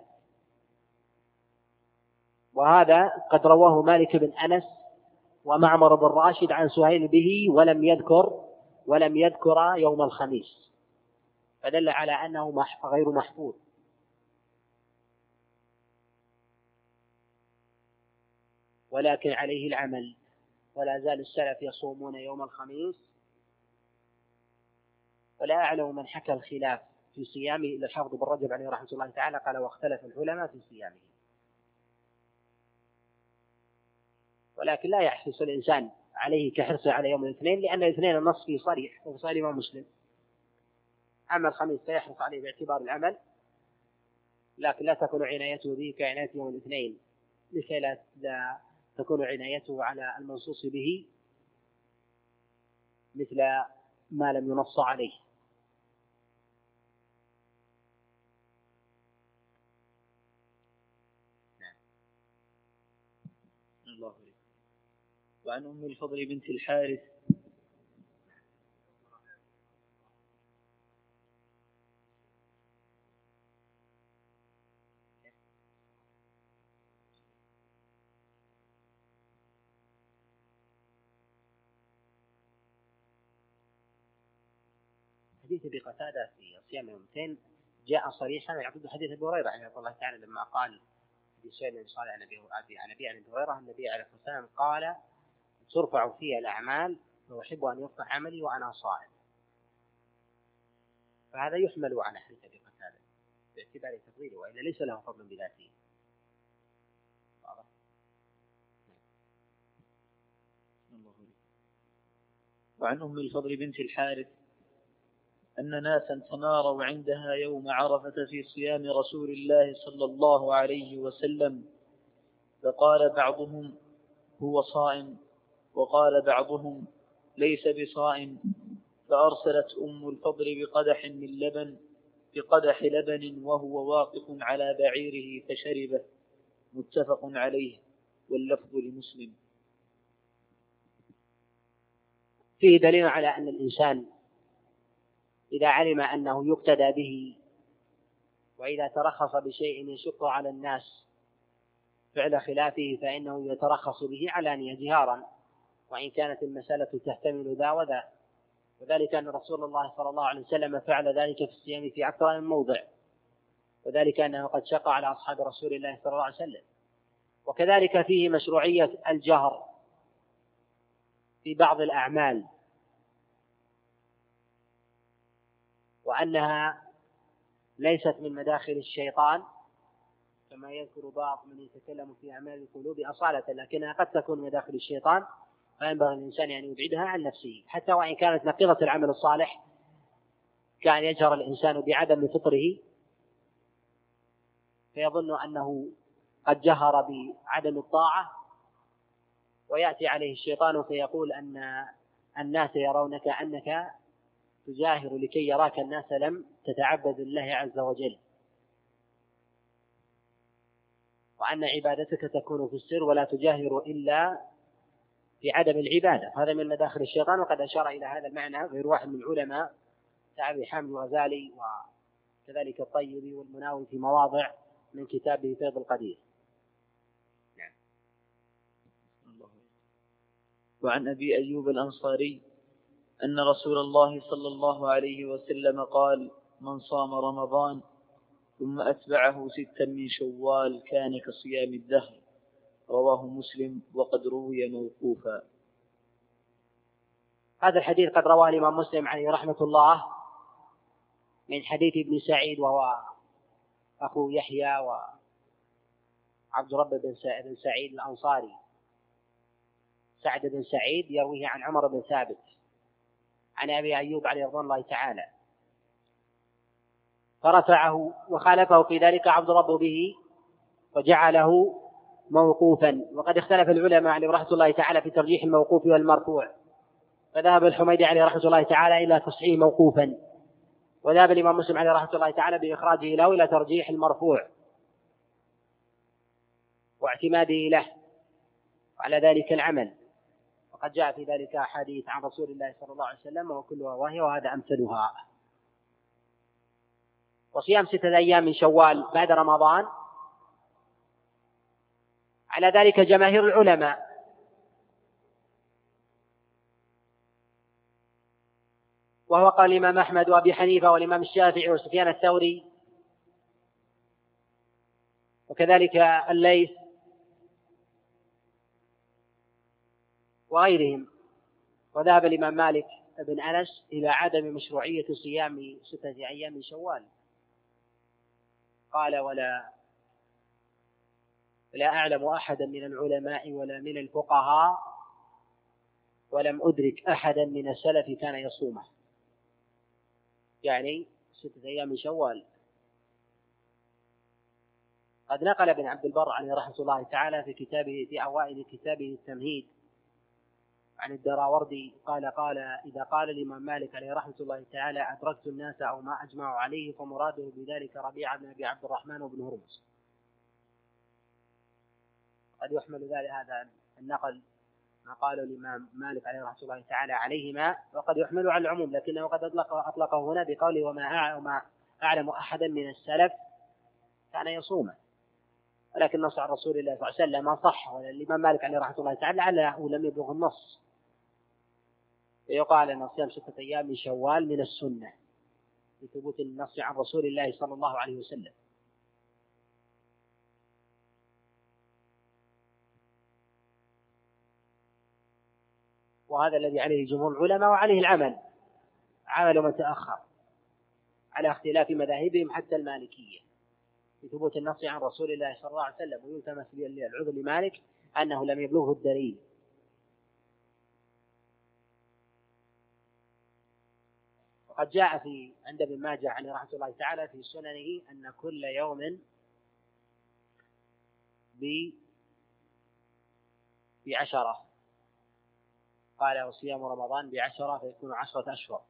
وهذا قد رواه مالك بن أنس ومعمر بن راشد عن سهيل به ولم يذكر ولم يذكر يوم الخميس، فدل على أنه غير محفوظ. ولكن عليه العمل، ولا زال السلف يصومون يوم الخميس، ولا أعلم من حكى الخلاف في صيامه إلا الحافظ بن رجب عليه رحمة الله تعالى قال: واختلف العلماء في صيامه. ولكن لا يحرص الإنسان عليه كحرصه على يوم الاثنين، لأن الاثنين النص فيه صريح وفي صحيح الإمام مسلم. أما الخميس فيحرص عليه باعتبار العمل، لكن لا تكون عنايته به كعناية يوم الاثنين، لكي لا, لا تكون عنايته على المنصوص به مثل ما لم ينص عليه. الله عليك. وعن أم الفضل بنت الحارث حديث أبي قتادة في صيام يومتين جاء صريحا يعتبر حديث أبي هريرة رحمه الله تعالى لما قال في سؤال صالح عن أبي عن أبي هريرة النبي عليه الصلاة والسلام قال ترفع فيها الأعمال وأحب أن يرفع عملي وأنا صائم. فهذا يحمل على حديث أبي قتادة باعتبار تفضيله وإلا ليس له فضل بذاته. وعن أم الفضل بنت الحارث أن ناسا تماروا عندها يوم عرفة في صيام رسول الله صلى الله عليه وسلم، فقال بعضهم هو صائم وقال بعضهم ليس بصائم، فأرسلت أم الفضل بقدح من لبن بقدح لبن وهو واقف على بعيره فشربه، متفق عليه واللفظ لمسلم. فيه دليل على أن الإنسان إذا علم أنه يقتدى به وإذا ترخص بشيء يشق على الناس فعل خلافه فإنه يترخص به علانية جهارا، وإن كانت المسألة تحتمل ذا وذا، وذلك أن رسول الله صلى الله عليه وسلم فعل ذلك في الصيام في أكثر من موضع، وذلك أنه قد شق على أصحاب رسول الله صلى الله عليه وسلم. وكذلك فيه مشروعية الجهر في بعض الأعمال، وأنها ليست من مداخل الشيطان كما يذكر بعض من يتكلم في أعمال القلوب أصالة، لكنها قد تكون مداخل الشيطان، فينبغي الإنسان أن يبعدها عن نفسه حتى وإن كانت نقيضة العمل الصالح، كان يجهر الإنسان بعدم فطره فيظن أنه قد جهر بعدم الطاعة، ويأتي عليه الشيطان فيقول أن الناس يرونك أنك تجاهر لكي يراك الناس لم تتعبد الله عز وجل، وأن عبادتك تكون في السر ولا تجاهر إلا في عدم العبادة. هذا من مداخل الشيطان، وقد أشار إلى هذا المعنى غير واحد من العلماء كأبي حامد الغزالي وكذلك الطيبي والمناوي في مواضع من كتابه فيض القدير. نعم. وعن أبي أيوب الأنصاري أن رسول الله صلى الله عليه وسلم قال من صام رمضان ثم أتبعه ستا من شوال كان كصيام الدهر، رواه مسلم وقد روي موقوفا. هذا الحديث قد رواه الإمام مسلم عليه رحمة الله من حديث ابن سعيد وهو أخو يحيى وعبد رب بن سعيد الأنصاري. سعد بن سعيد يرويه عن عمر بن ثابت عن أبي أيوب عليه رضوان الله تعالى، فرفعه وخالفه في ذلك عبد رب به وجعله موقوفا. وقد اختلف العلماء عليه رحمة الله تعالى في ترجيح الموقوف والمرفوع، فذهب الحميدي عليه رحمة الله تعالى إلى تصحيح موقوفا، وذهب الإمام مسلم عليه رحمة الله تعالى بإخراجه له إلى ترجيح المرفوع واعتماده له على ذلك العمل. وقد جاء في ذلك حديث عن رسول الله صلى الله عليه وسلم وكلها وهي وهذا أمثلها. وصيام ستة أيام من شوال بعد رمضان على ذلك جماهير العلماء، وهو قال الإمام أحمد وأبي حنيفة والإمام الشافعي وسفيان الثوري وكذلك الليث وغيرهم. وذهب الإمام مالك بن أنس إلى عدم مشروعية صيام ستة أيام من شوال، قال ولا لا أعلم أحدا من العلماء ولا من الفقهاء ولم أدرك أحدا من السلف كان يصومه، يعني ستة أيام من شوال. قد نقل ابن عبد البر عليه رحمة الله تعالى في كتابه في أوائل كتابه التمهيد عن الدراوردي قال قال إذا قال الإمام مالك عليه رحمة الله تعالى أدركت الناس أو ما أجمعوا عليه فمراده بذلك ربيعة بن أبي عبد الرحمن وابن هرمز. قد يحمل ذلك هذا النقل ما قاله الإمام مالك عليه رحمة الله تعالى عليهما، وقد يحمل على العموم، لكنه قد أطلق أطلقه هنا بقوله وما أعلم أحدا من السلف كان يصومه، ولكن نص عن رسول الله صلى الله عليه وسلم ما صح، والإمام مالك عليه رحمة الله تعالى لعله لم يبلغ النص، يقال أن صيام ستة أيام من شوال من السنة لثبوت النص عن رسول الله صلى الله عليه وسلم. وهذا الذي عليه جمهور العلماء وعليه العمل، عمل من تأخر على اختلاف مذاهبهم حتى المالكية بثبوت النص عن رسول الله صلى الله عليه وسلم. ويلتمس العذر لمالك أنه لم يبلغه الدليل. وقد جاء في عند ابن ماجه عليه رحمة الله تعالى في سننه أن كل يوم بعشرة، قال وصيام رمضان بعشرة فيكون عشرة أشهر،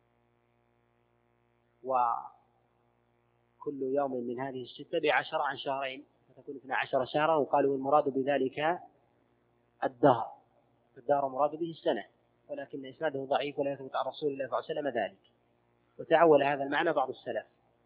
وكل يوم من هذه الستة بعشرة عن شهرين فتكون اثنا عشر شهرا. وقالوا المراد بذلك الدهر، الدهر مراد به السنة، ولكن إسناده ضعيف ولا يثبت عن رسول الله صلى الله عليه وسلم ذلك. وتأول هذا المعنى بعض السلف.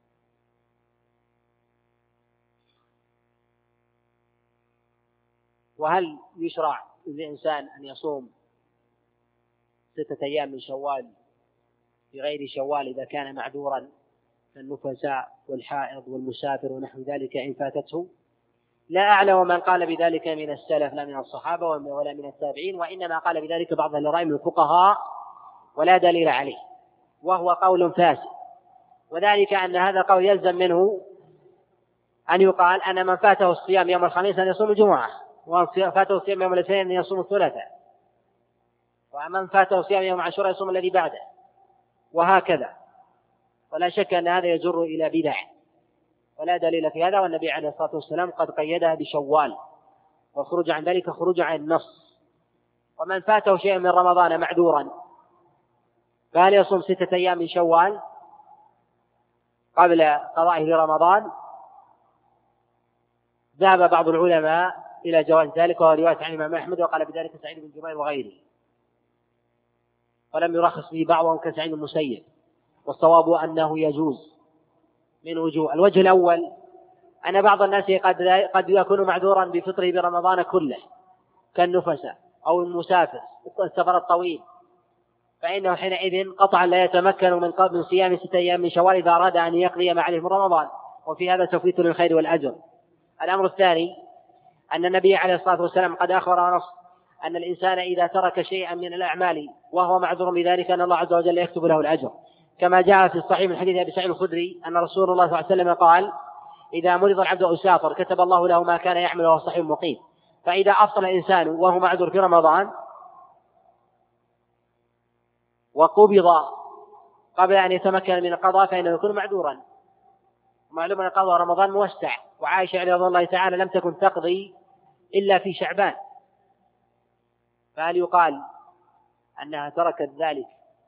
وهل يشرع للإنسان أن يصوم ستة أيام من شوال في غير شوال إذا كان معذورا كالنفساء والحائض والمسافر ونحو ذلك إن فاتته؟ لا أعلم من قال بذلك من السلف لا من الصحابة ولا من التابعين، وإنما قال بذلك بعض أهل الرأي من الفقهاء ولا دليل عليه، وهو قول فاسد. وذلك أن هذا القول يلزم منه أن يقال أن من فاته الصيام يوم الخميس أن يصوم الجمعة، ومن فاته الصيام يوم الاثنين أن يصوم الثلاثاء، ومن فاته الصيام يوم عاشوراء يصوم الذي بعده، وهكذا. ولا شك أن هذا يجر إلى بدع ولا دليل في هذا. والنبي عليه الصلاة والسلام قد قيدها بشوال، والخروج عن ذلك خروج عن النص. ومن فاته شيء من رمضان معذورا فهل يصوم ستة أيام من شوال قبل قضائه لرمضان؟ ذهب بعض العلماء إلى جواز ذلك، وهو رواية عن الإمام أحمد، وقال بذلك سعيد بن جبير وغيره، ولم يرخص به بعضهم كسعيد المسيب. والصواب أنه يجوز من وجوه. الوجه الأول أن بعض الناس قد قد يكون معذورا بفطره برمضان كله كالنفساء أو المسافر السفر الطويل، فإنه حينئذ قطعا لا يتمكن من قبل صيام ستة أيام من شوال إذا أراد أن يقضي ما عليه من رمضان، وفي هذا تفويت للخير والأجر. الأمر الثاني أن النبي عليه الصلاة والسلام قد أخبر ونص أن الإنسان إذا ترك شيئا من الأعمال وهو معذور بذلك أن الله عز وجل يكتب له الأجر، كما جاء في الصحيح من حديث أبي سعيد الخدري أن رسول الله صلى الله عليه وسلم قال: إذا مرض العبد أو سافر كتب الله له ما كان يحمل وهو صحيح مقيم. فإذا أفطر الإنسان وهو معذور في رمضان وقبض قبل أن يتمكن من القضاء فإنه يكون معذورا. معلوم أن قضاء رمضان موسع، وعائشة رضي الله تعالى لم تكن تقضي إلا في شعبان، فهل يقال أنها تركت ذلك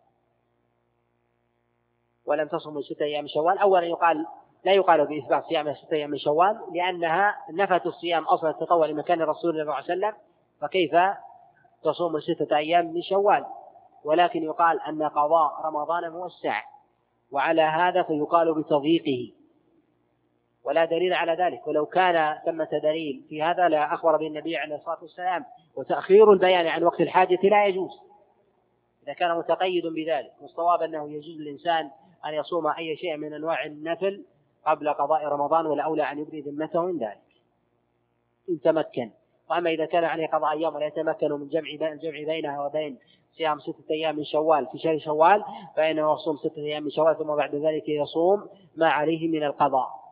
ولم تصم من ستة أيام من شوال؟ أولا يقال لا يقال بإثبات صيام ستة أيام من شوال، لأنها نفت الصيام أصلا التطوع لمكان الرسول صلى الله عليه وسلم، فكيف تصوم ستة أيام من شوال؟ ولكن يقال أن قضاء رمضان موسع، وعلى هذا فيقال بتضييقه، ولا دليل على ذلك. ولو كان ثمة دليل في هذا لا أخبر به النبي عليه الصلاة والسلام. وتأخير البيان عن وقت الحاجة لا يجوز إذا كان متقيد بذلك. والصواب أنه يجوز للإنسان أن يصوم أي شيء من أنواع النفل قبل قضاء رمضان، والأولى أن يبري ذمته من ذلك إن تمكن. وأما إذا كان عليه قضاء أيام ولا يتمكن من جمع الجمع بينها وبين صيام ستة أيام من شوال في شهر شوال فإنه يصوم ستة أيام من شوال ثم بعد ذلك يصوم ما عليه من القضاء.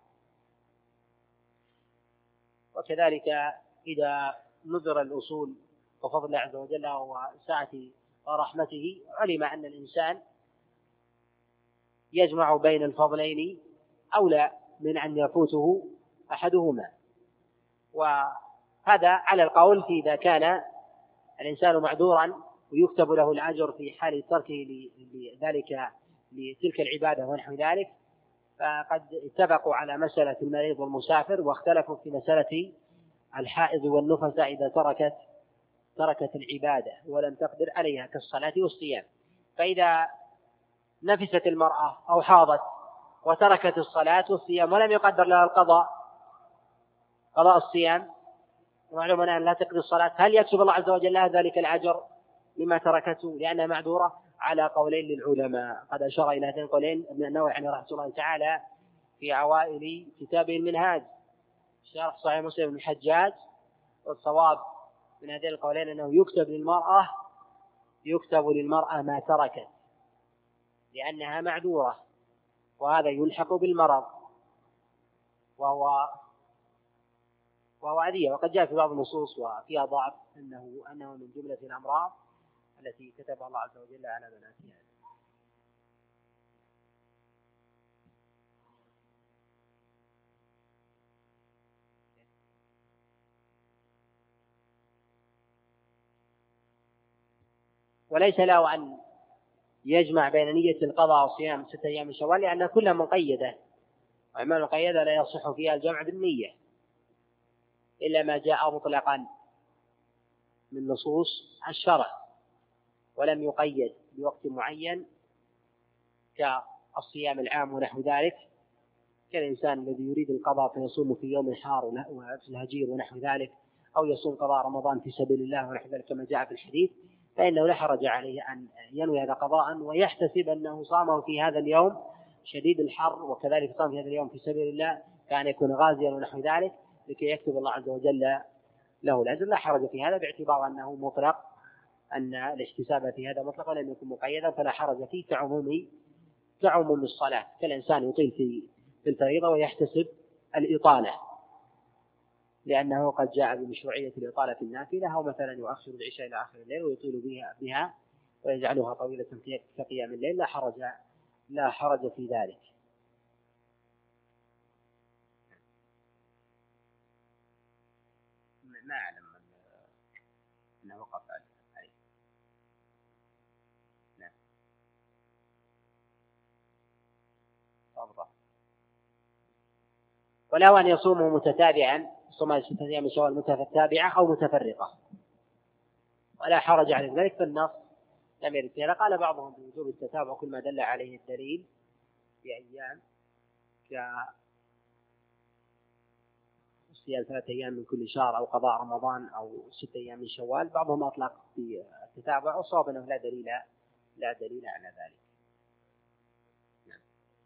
وكذلك إذا نظر الأصول وفضل الله عز وجل وسعة ورحمته علم أن الإنسان يجمع بين الفضلين أولى من أن يفوته أحدهما. وهذا على القول في إذا كان الإنسان معذورا ويكتب له الأجر في حال تركه لذلك لتلك العبادة ونحو ذلك. فقد اتفقوا على مسألة المريض والمسافر، واختلفوا في مسألة الحائض والنفساء إذا تركت تركت العبادة ولم تقدر عليها كالصلاة والصيام. فإذا نفست المرأة أو حاضت وتركت الصلاة والصيام ولم يقدر لها القضاء قضاء الصيام، ومعلوم أنها لا تقضي الصلاة، هل يكتب الله عز وجل لها ذلك الأجر لما تركته لأنها معذورة؟ على قولين للعلماء، قد أشار إلى هذين القولين ابن النووي عليه رحمة الله تعالى في أوائل كتابه المنهاج شرح صحيح مسلم بن الحجاج. والصواب من هذين القولين أنه يكتب للمرأة يكتب للمرأة ما تركت لأنها معذورة، وهذا يلحق بالمرض وهو وهو أذية. وقد جاء في بعض النصوص وفيها ضعف أنه أنه من جملة الأمراض التي كتبها الله عز وجل على بناتها. وليس له أن يجمع بين نية القضاء وصيام ستة أيام من شوال لأن كلها مقيدة، وأعمال مقيدة لا يصح فيها الجمع بالنية إلا ما جاء مطلقا من نصوص الشرع ولم يقيد بوقت معين كالصيام العام ونحو ذلك، كالإنسان الذي يريد القضاء فيصوم في يوم الحار وفي الهجير ونحو ذلك، أو يصوم قضاء رمضان في سبيل الله ونحو ذلك كما جاء في الحديث، فإنه لا حرج عليه أن ينوي هذا قضاء ويحتسب أنه صامه في هذا اليوم شديد الحر، وكذلك صام في هذا اليوم في سبيل الله كان يكون غازيا ونحو ذلك لكي يكتب الله عز وجل له الأجر. لا حرج في هذا باعتبار أنه مطلق، أن الاحتساب في هذا مطلق ولم يكن مقيدا، فلا حرج فيه كعموم كعموم الصلاة، كالإنسان يطيل في الفريضة ويحتسب الإطالة لأنه قد جاء بمشروعية الإطالة في النافلة، أو مثلا يؤخر العشاء إلى آخر الليل ويطيل بها, بها ويجعلها طويلة في قيام الليل، لا حرج لا حرج في ذلك. ما أعلم أنه وقف عليه. نعم. أفضل. وله أن يصومه متتابعا، صوم ستة أيام من شوال متتابعة أو متفرقة، ولا حرج على ذلك، فالنص لم يرد فيها. قال بعضهم بوجوب التتابع كل ما دل عليه الدليل في أيام كصيام ثلاثة أيام من كل شهر أو قضاء رمضان أو ستة أيام من شوال. بعضهم أطلق في التتابع وصاب أنه لا دليل لا دليل على ذلك. نعم.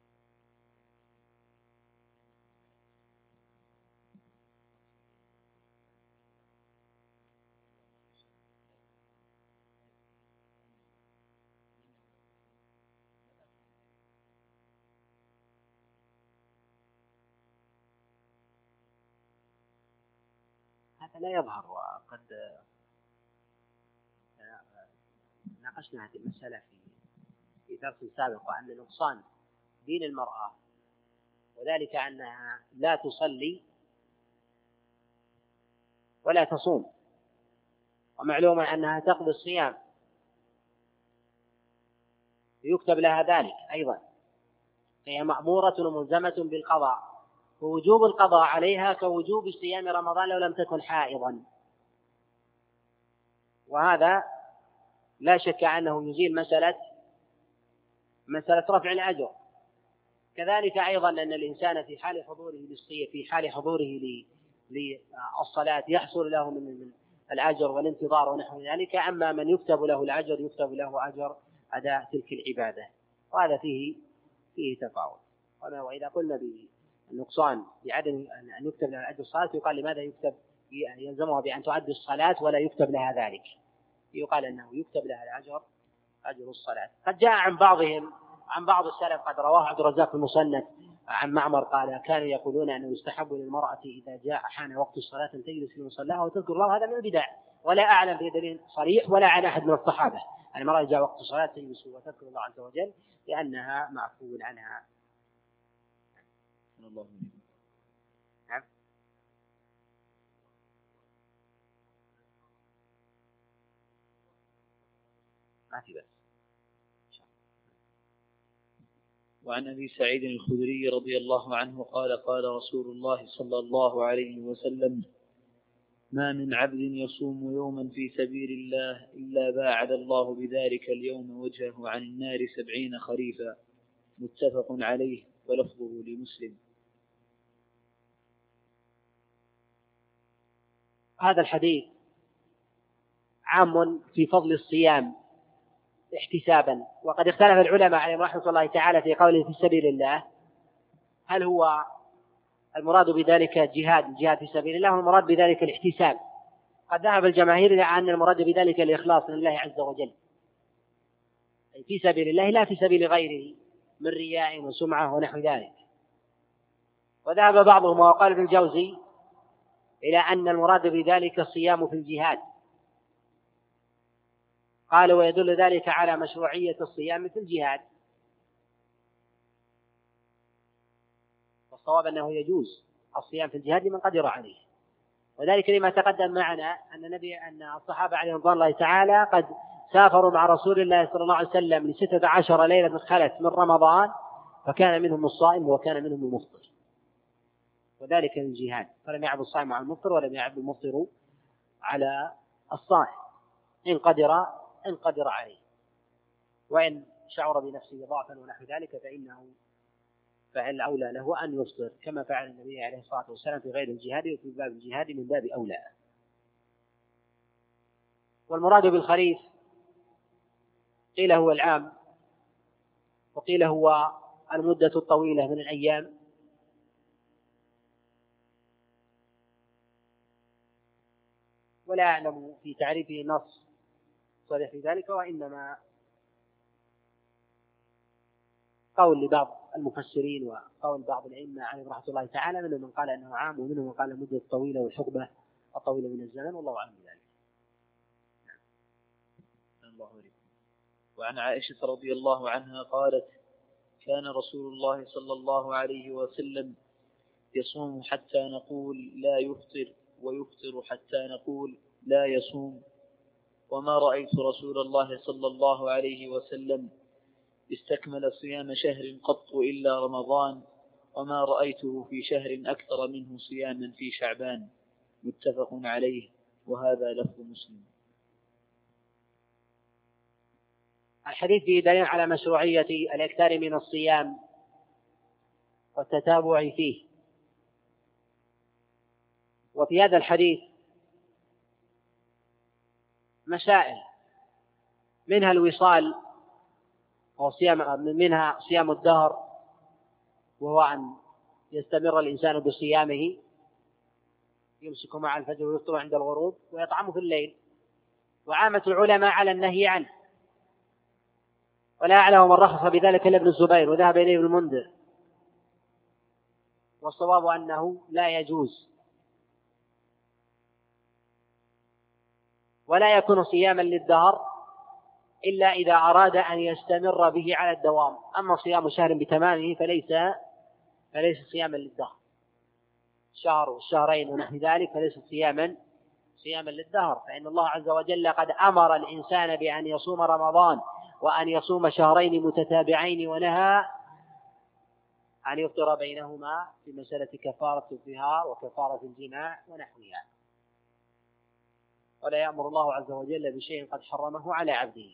هذا لا يظهر، وقد ناقشنا هذه المسألة في في درس سابق، وأن نقصان دين المرأة وذلك أنها لا تصلي ولا تصوم، ومعلوم أنها تقضي الصيام يكتب لها ذلك أيضا، فهي مأمورة وملزمة بالقضاء، ووجوب القضاء عليها كوجوب صيام رمضان لو لم تكن حائضا، وهذا لا شك أنه يزيل مسألة مسألة رفع الأجر. كذلك أيضا أن الإنسان في حال حضوره للصيام في حال حضوره للصلاة يحصل له من الأجر والانتظار ونحو ذلك، أما من يكتب له الأجر يكتب له أجر أداء تلك العبادة، وهذا فيه فيه تفاوت. وإذا قلنا بالنقصان بعدم أن يكتب لها أجر الصلاة يقال لماذا يكتب يلزمها بأن تؤدي الصلاة ولا يكتب لها ذلك؟ يقال أنه يكتب لها الأجر أجر الصلاة. قد جاء عن بعضهم عن بعض السلف، قد رواه عبد الرزاق في المصنف عن معمر قال كانوا يقولون أنه يستحب للمرأة إذا جاء حان وقت الصلاة أن تجلس في مصلاها وتذكر الله. هذا من البدع، ولا أعلم به دليل صريح ولا عن أحد من الصحابة أن المرأة جاء وقت الصلاة تجلس وتذكر الله عز وجل لأنها معفو عنها. الله نعم. ما في بس. وعن أبي سعيد الخدري رضي الله عنه قال قال رسول الله صلى الله عليه وسلم: ما من عبد يصوم يوما في سبيل الله إلا باعد الله بذلك اليوم وجهه عن النار سبعين خريفا. متفق عليه ولفظه لمسلم. هذا الحديث عام في فضل الصيام احتسابا. وقد اختلف العلماء عليهم رحمة الله تعالى في قوله في سبيل الله، هل هو المراد بذلك جهاد الجهاد في سبيل الله والمراد بذلك الاحتساب؟ قد ذهب الجماهير إلى أن المراد بذلك الإخلاص لله عز وجل في سبيل الله لا في سبيل غيره من رياء وسمعة ونحو ذلك. وذهب بعضهم وقال ابن الجوزي إلى أن المراد بذلك الصيام في الجهاد، قال ويدل ذلك على مشروعية الصيام في الجهاد، والصواب أنه يجوز الصيام في الجهاد لمن قدر عليه، وذلك لما تقدم معنا أن النبي أن الصحابة عليهم رضوان الله تعالى قد سافروا مع رسول الله صلى الله عليه وسلم لستة عشر ليلة خلت من رمضان، فكان منهم الصائم وكان منهم المفطر، وذلك للجهاد، فلم يعب الصائم على المفطر ولم يعب المفطر على الصائم إن قدر إن قدر عليه، وإن شعر بنفسه ضعفا ونحو ذلك فإنه فإن أولى له أن يفطر كما فعل النبي عليه الصلاة والسلام في غير الجهاد، وفي باب الجهاد من باب أولى. والمراد بالخريف قيل هو العام، وقيل هو المدة الطويلة من الأيام، ولا أعلم في تعريفه نص صريح في ذلك، وإنما قول لبعض المفسرين وقول بعض الأئمة عليهم رحمة الله تعالى، منهم من قال أنه عام ومنهم من قال المدة الطويلة والحقبة الطويلة من الزمن، والله أعلم بذلك. وعن عائشة رضي الله عنها قالت: كان رسول الله صلى الله عليه وسلم يصوم حتى نقول لا يفطر، ويفطر حتى نقول لا يصوم، وما رأيت رسول الله صلى الله عليه وسلم استكمل صيام شهر قط إلا رمضان، وما رأيته في شهر أكثر منه صياما في شعبان. متفق عليه، وهذا لفظ مسلم. الحديث فيه دليل على مشروعية الإكثار من الصيام والتتابع فيه. وفي هذا الحديث مسائل، منها الوصال وصيام، منها صيام الدهر وهو أن يستمر الإنسان بصيامه، يمسك مع الفجر ويفطر عند الغروب ويطعم في الليل، وعامة العلماء على النهي عنه، ولا أعلم من رخص بذلك إلا ابن الزبير وذهب إليه ابن المنذر، والصواب أنه لا يجوز، ولا يكون صياما للدهر إلا إذا أراد أن يستمر به على الدوام. أما صيام شهر بتمامه فليس فليس صياما للدهر، شهر والشهرين ونحو ذلك فليس صياما صياما للدهر، فإن الله عز وجل قد أمر الإنسان بأن يصوم رمضان وأن يصوم شهرين متتابعين، ونهى أن يفطر بينهما في مسألة كفارة الظهار وكفارة الجماع ونحوها، ولا يأمر الله عز وجل بشيء قد حرمه على عبده.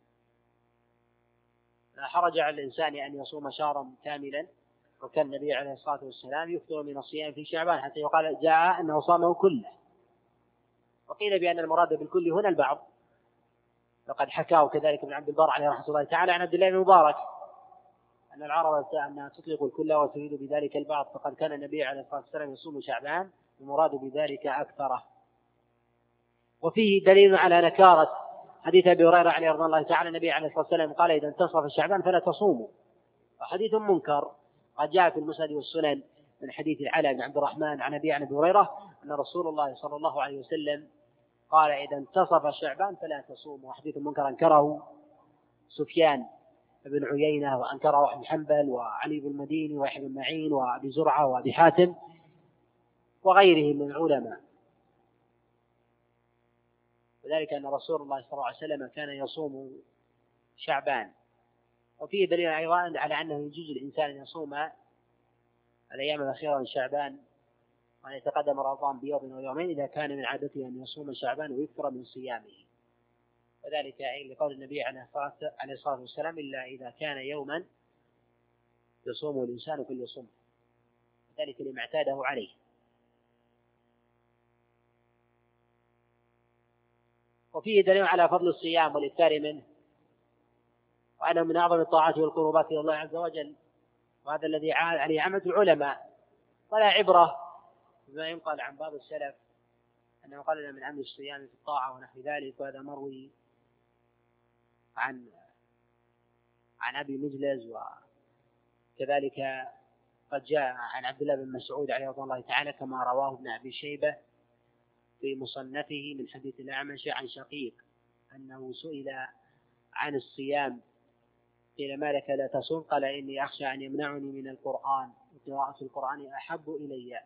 لا حرج على الإنسان أن يصوم شهرا كاملا، وكان النبي عليه الصلاة والسلام يفطر من الصيام في شعبان حتى يقال جاء أنه صامه كله، وقيل بأن المراد بالكل هنا البعض، لقد حكاه كذلك ابن عبد البر عليه رحمة الله تعالى عن عبد الله بن مبارك أن العرب أنها تطلق الكل وتريد بذلك البعض، فقد كان النبي عليه الصلاة والسلام يصوم شعبان المراد بذلك أكثره. وفيه دليل على نكارة حديث أبي هريرة عليه رضي الله تعالى، النبي عليه الصلاة والسلام قال: إذا انتصف شعبان فلا تصوموا، وحديث منكر قد جاء في المسند والسنن من حديث العلاء بن عبد الرحمن عن أبي عن أبي هريرة أن رسول الله صلى الله عليه وسلم قال: إذا انتصف شعبان فلا تصوموا. وحديث منكر أنكره سفيان بن عيينة، وأنكره أحمد بن حنبل وعلي بن المديني ويحيى بن معين وأبي زرعة وأبي حاتم وغيرهم من العلماء، وذلك أن رسول الله صلى الله عليه وسلم كان يصوم شعبان. وفيه دليل أيضا على أنه يجوز الإنسان أن يصوم الأيام الأخيرة من شعبان وأن يتقدم رمضان بيوم ويومين إذا كان من عادته أن يصوم شعبان ويكثر من صيامه، وذلك لقول النبي عليه الصلاة والسلام: إلا إذا كان يوما يصوم الإنسان فليصوم، ذلك لما اعتاده عليه. وفيه دليل على فضل الصيام والإكثار منه، وأنه من أعظم الطاعات والقربات إلى الله عز وجل، وهذا الذي عليه عامة العلماء. ولا عبرة بما ينقل عن بعض السلف أنه قال من أمر الصيام في الطاعة ونحو ذلك، وهذا مروي عن عن أبي مجلز، وكذلك قد جاء عن عبد الله بن مسعود عليه رضي الله تعالى كما رواه ابن أبي شيبة في مصنفه من حديث الأعمش عن شقيق أنه سئل عن الصيام قيل ما لك لا تصوم؟ قال إني أخشى أن يمنعني من القرآن، وقراءة القرآن أحب إلي.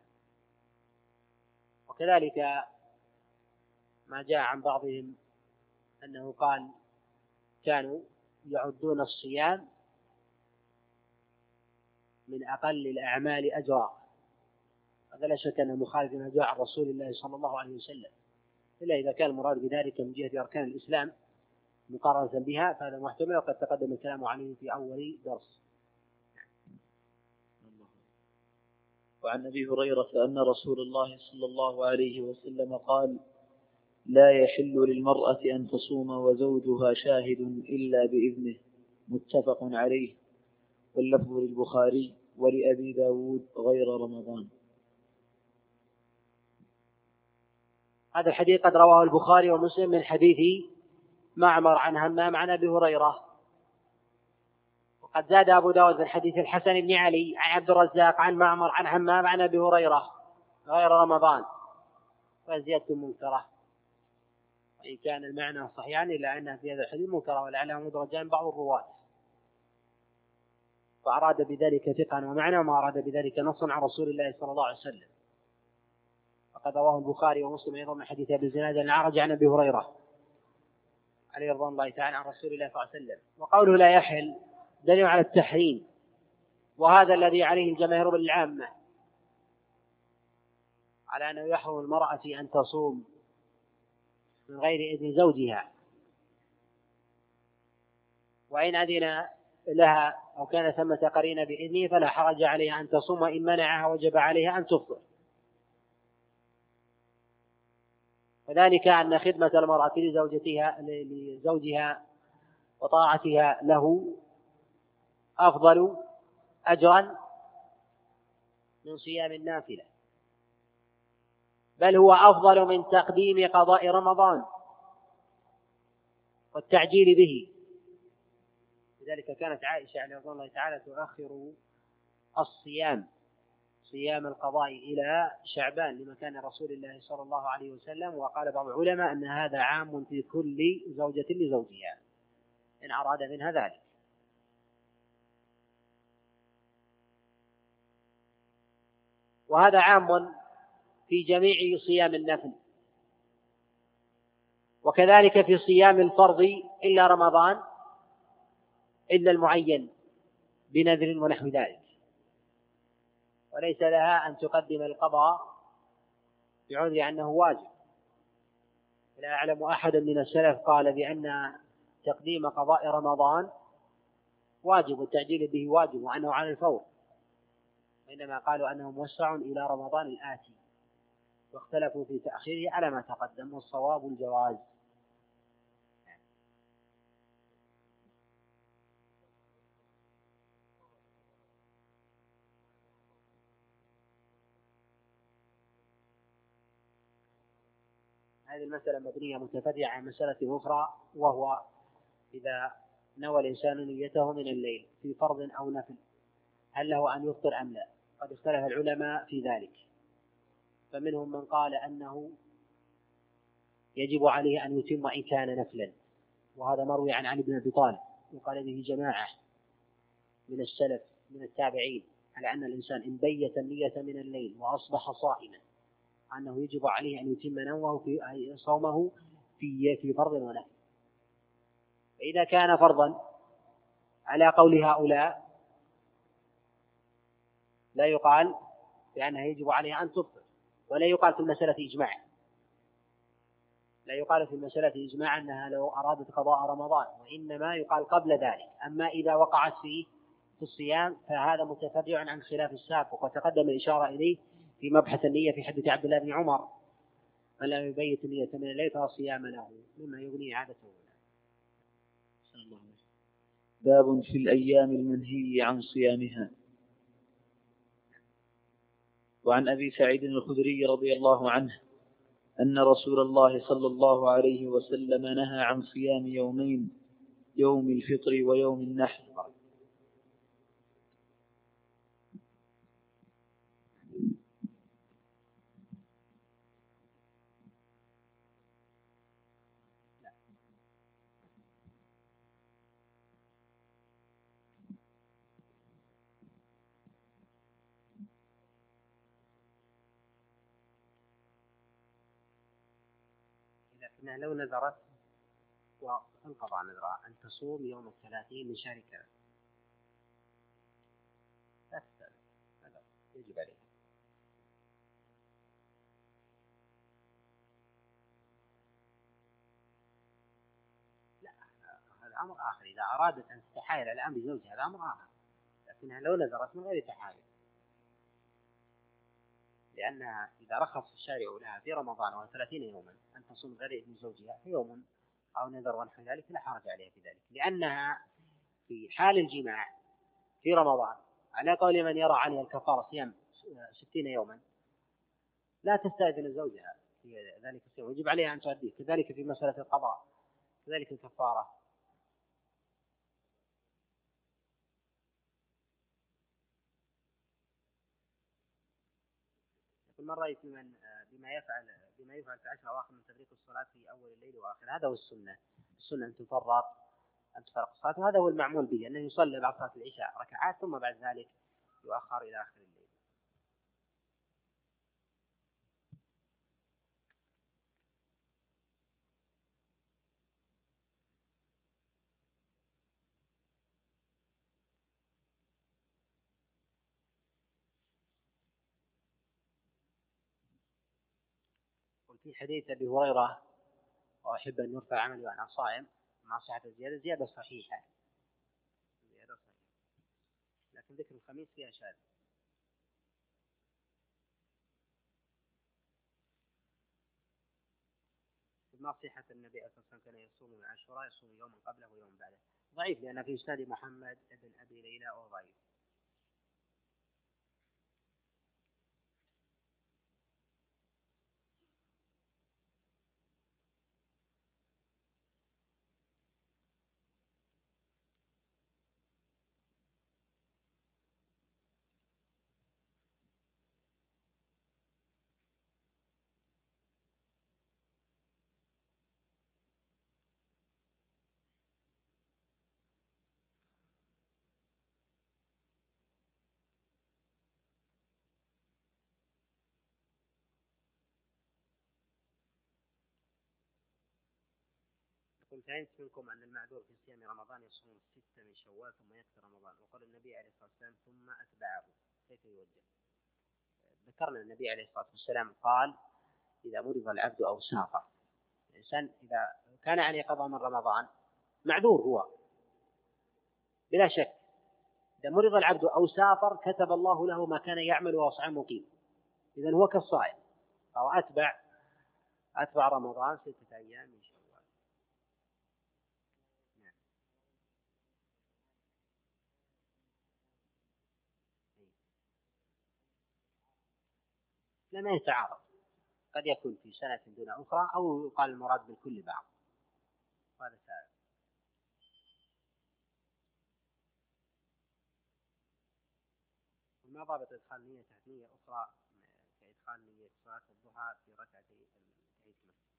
وكذلك ما جاء عن بعضهم أنه قال كانوا يعدون الصيام من أقل الأعمال أجرا، هذا لا شك أنه مخالف ما جاء عن رسول الله صلى الله عليه وسلم، إلا إذا كان المراد بذلك من جهة أركان الإسلام مقارنة بها فهذا محتمل، وقد تقدم الكلام عليه في أول درس. وعن أبي هريرة أن رسول الله صلى الله عليه وسلم قال: لا يحل للمرأة أن تصوم وزوجها شاهد إلا بإذنه، متفق عليه، واللفظ للبخاري ولأبي داود غير رمضان. هذا الحديث قد رواه البخاري ومسلم من حديث معمر عن همام عن أبي هريرة، وقد زاد أبو داود من حديث الحسن بن علي عن عبد الرزاق عن معمر عن همام عن أبي هريرة غير رمضان، وزيادة منكرة، وإن كان المعنى صحيحا إلا أنها في هذا الحديث منكرة ولعلها مدرجان بعض الرواة، فأراد بذلك فقها ومعنى، وما أراد بذلك نص عن رسول الله صلى الله عليه وسلم. وقد رواه البخاري ومسلم أيضا من حديث أبي الزناد الأعرج عن أبي هريرة عليه رضوان الله تعالى عن رسول الله صلى الله عليه وسلم. وقوله لا يحل دليل على التحريم، وهذا الذي عليه الجماهير بالعامة، على أنه يحرم المرأة أن تصوم من غير إذن زوجها، وإن أذن لها أو كان ثمة قرينة بإذنه فلا حرج عليها أن تصوم، وإن منعها وجب عليها أن تفطر. وذلك أن خدمة المرأة لزوجتها لزوجها وطاعتها له أفضل أجرا من صيام النافلة، بل هو أفضل من تقديم قضاء رمضان والتعجيل به. لذلك كانت عائشة عليه رضي الله تعالى تؤخر الصيام صيام القضاء إلى شعبان لمكان رسول الله صلى الله عليه وسلم. وقال بعض العلماء أن هذا عام في كل زوجة لزوجها إن أراد منها ذلك. وهذا عام في جميع صيام النفل، وكذلك في صيام الفرض إلا رمضان إلا المعين بنذر ونحو ذلك، وليس لها أن تقدم القضاء بعذر أنه واجب. لا أعلم أحدا من السلف قال بأن تقديم قضاء رمضان واجب والتعجيل به واجب وأنه على الفور، وإنما قالوا أنه موسع إلى رمضان الآتي، واختلفوا في تأخيره على ما تقدم، والصواب الجواز. هذه المسألة مبنية متفرعة عن مسألة أخرى، وهو إذا نوى الإنسان نيته من الليل في فرض أو نفل هل له أن يفطر أم لا؟ قد اختلف العلماء في ذلك، فمنهم من قال أنه يجب عليه أن يتم إن كان نفلا، وهذا مروي عن علي بن أبي طالب، وقال به جماعة من السلف من التابعين على أن الإنسان إن بيت النية من الليل وأصبح صائما أنه يجب عليه أن يتم نومه في صومه في في فرض ونفل. فإذا كان فرضا على قول هؤلاء لا يقال بأنها يجب عليها أن تفطر، ولا يقال في المسألة إجماع، لا يقال في المسألة إجماع أنها لو أرادت قضاء رمضان، وإنما يقال قبل ذلك. أما إذا وقعت فيه في الصيام فهذا متفرع عن خلاف السابق، وتقدم الإشارة إليه في مبحث النية في حديث عبد الله بن عمر: من لم يبيت النية من الليل فلا صيام له، مما يغني عادته. باب في الأيام المنهي عن صيامها. وعن أبي سعيد الخدري رضي الله عنه أن رسول الله صلى الله عليه وسلم نهى عن صيام يومين، يوم الفطر ويوم النحر. لكنها لو نذرت وانقضى نذرها أن تصوم يوم الثلاثين من شهر كذا لا تستأذن، هذا يجب عليها. لا، هذا أمر آخر. إذا أرادت أن تتحايل الآن بزوجها هذا أمر آخر، لكنها لو نذرت من غير تحايل، لأنها إذا رخص الشارع لها في رمضان وهي ثلاثين يوما أن تصوم غير إذن زوجها في يوم أو نذر ونحو ذلك لا حرج عليها في ذلك، لأنها في حال الجماع في رمضان على قول من يرى عنها الكفارة صيام ستين يوما لا تستأذن زوجها في ذلك الصيام ويجب عليها أن تؤديه. كذلك في مسألة القضاء، كذلك الكفارة. من رأيت من بما يفعل بما يفعل في عشر أواخر من تفريق الصلاة في أول الليل وآخر، هذا هو السنة. السنة أن تفرق أن تفرق الصلاة، وهذا هو المعمول به، أنه يصلي بعد صلاة العشاء ركعات ثم بعد ذلك يؤخر إلى آخر الليل. وفي حديث أبي هريرة وأحب أن يرفع عملي وأنا صائم مع صحة الزيادة، زيادة صحيحة، زيادة صحيحة، لكن ذكر الخميس فيها شاذ. ما صحة النبي صلى الله عليه وسلم كان يصوم من عاشوراء، يصوم يوما قبله ويوم بعده؟ ضعيف، لأن في إسناد محمد بن أبي ليلى وهو ضعيف. قل فهمت منكم أن المعذور في صيام رمضان يصوم ستة من شوال ثم يكفي رمضان، وقال النبي عليه الصلاة والسلام ثم أتبعه، كيف يوجه؟ ذكرنا النبي عليه الصلاة والسلام قال إذا مرض العبد أو سافر، الإنسان إذا كان عليه قضاء من رمضان معذور هو بلا شك، إذا مرض العبد أو سافر كتب الله له ما كان يعمل وهو صائم مقيم، إذن هو كالصائم، أو أتبع أتبع رمضان ستة أيام من شوال. نعم. لما يتعارض، قد يكون في سنة دون أخرى، أو يقال المراد بالكل بعض، هذا سائل. ما ضابط إدخال نية تحت نية أخرى كإدخال نية صلاة الضحى في ركعتي العيد؟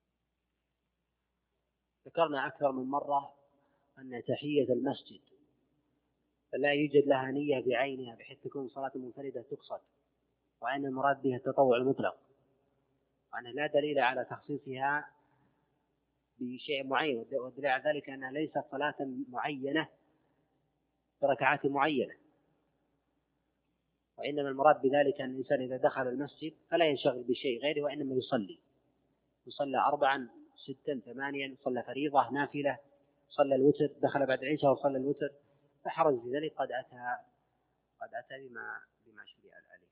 ذكرنا أكثر من مرة أن تحية المسجد لا يوجد لها نية بعينها بحيث تكون صلاة منفردة تقصد، وأن المراد بها التطوع المطلق، وأن لا دليل على تخصيصها بشيء معين، والدليل على ذلك أنها ليست صلاة معينة بركعات معينة، وإنما المراد بذلك أن الإنسان إذا دخل المسجد فلا ينشغل بشيء غيره، وإنما يصلي، يصلى أربعا ستا ثمانيا، صلى فريضة نافلة، صلى الوتر، دخل بعد العشاء وصلى الوتر، فحرج في ذلك قد أتى قد أتى بما بما شرع عليه.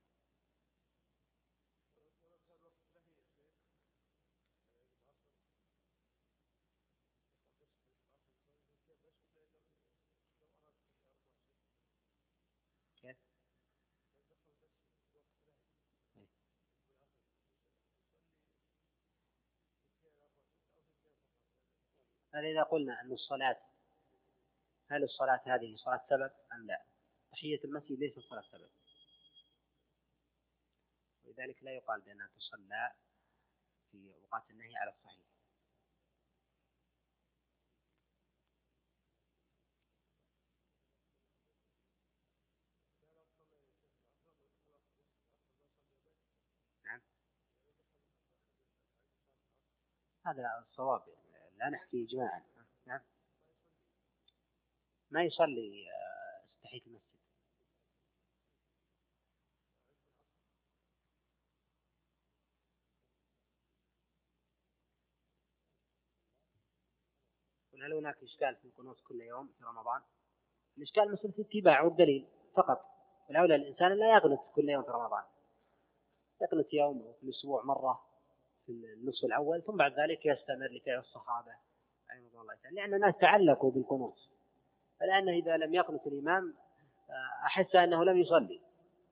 هل إذا قلنا أن الصلاة هل الصلاة هذه صلاة سبب أم لا؟ تحية المسجد ليست صلاة سبب، ولذلك لا يقال بأنها تصلى في أوقات النهي على الصحيح. نعم هذا الصواب، لا نحكي إجماعا. نعم ما يصلي تحية المسجد. هل هناك إشكال في القنوت كل يوم في رمضان؟ الإشكال مسألة الاتباع والدليل فقط، الأولى الإنسان لا يقنط كل يوم في رمضان، يقنط يوم أو في الأسبوع مرة في النصف الأول، ثم بعد ذلك يستمر لفعل الصحابة رحمهم الله تعالى، لأن الناس تعلقوا بالقنوت، فلأنه إذا لم يقنط الإمام أحس أنه لم يصلي،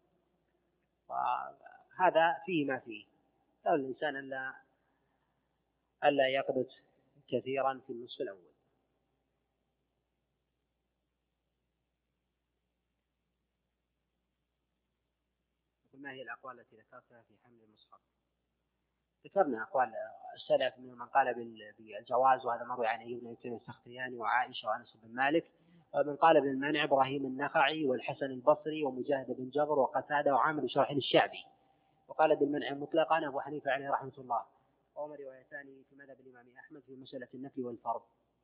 وهذا فيه ما فيه. لو الإنسان ألا ألا يقنط كثيرا في النصف الأول. ما هي الأقوال التي ذكرتها في حمل المصحف؟ ذكرنا أقوال السلف من قال بالجواز، وهذا مروي عن أيوب بن تيمية السختياني وعائشة وأنس بن مالك، ومن قال بالمنع إبراهيم النخعي والحسن البصري ومجاهد بن جبر وقتادة وعامر بن شرحيل الشعبي، وقال بالمنع مطلقا أبو حنيفة عليه رحمة الله، وهما روايتان في مذهب الإمام أحمد في مسألة النفي والفرض.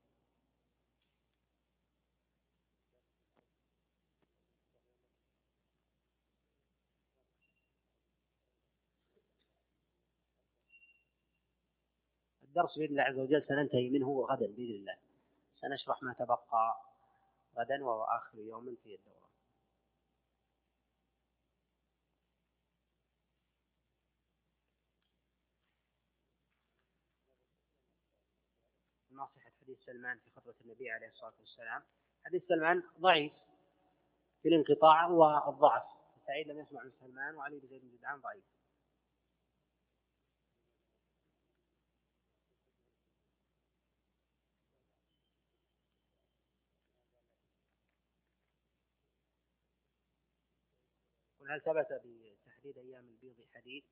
الدرس بإذن الله عز وجل سننتهي منه غدا بإذن الله، سنشرح ما تبقى غدا وهو آخر يوم في الدورة. نصيحة حديث سلمان في خطبة النبي عليه الصلاة والسلام. حديث سلمان ضعيف في الانقطاع والضعف، سعيد لم يسمع من سلمان، وعلي بن زيد بن جدعان ضعيف. هل ثبت بتحديد أيام البيض حديث؟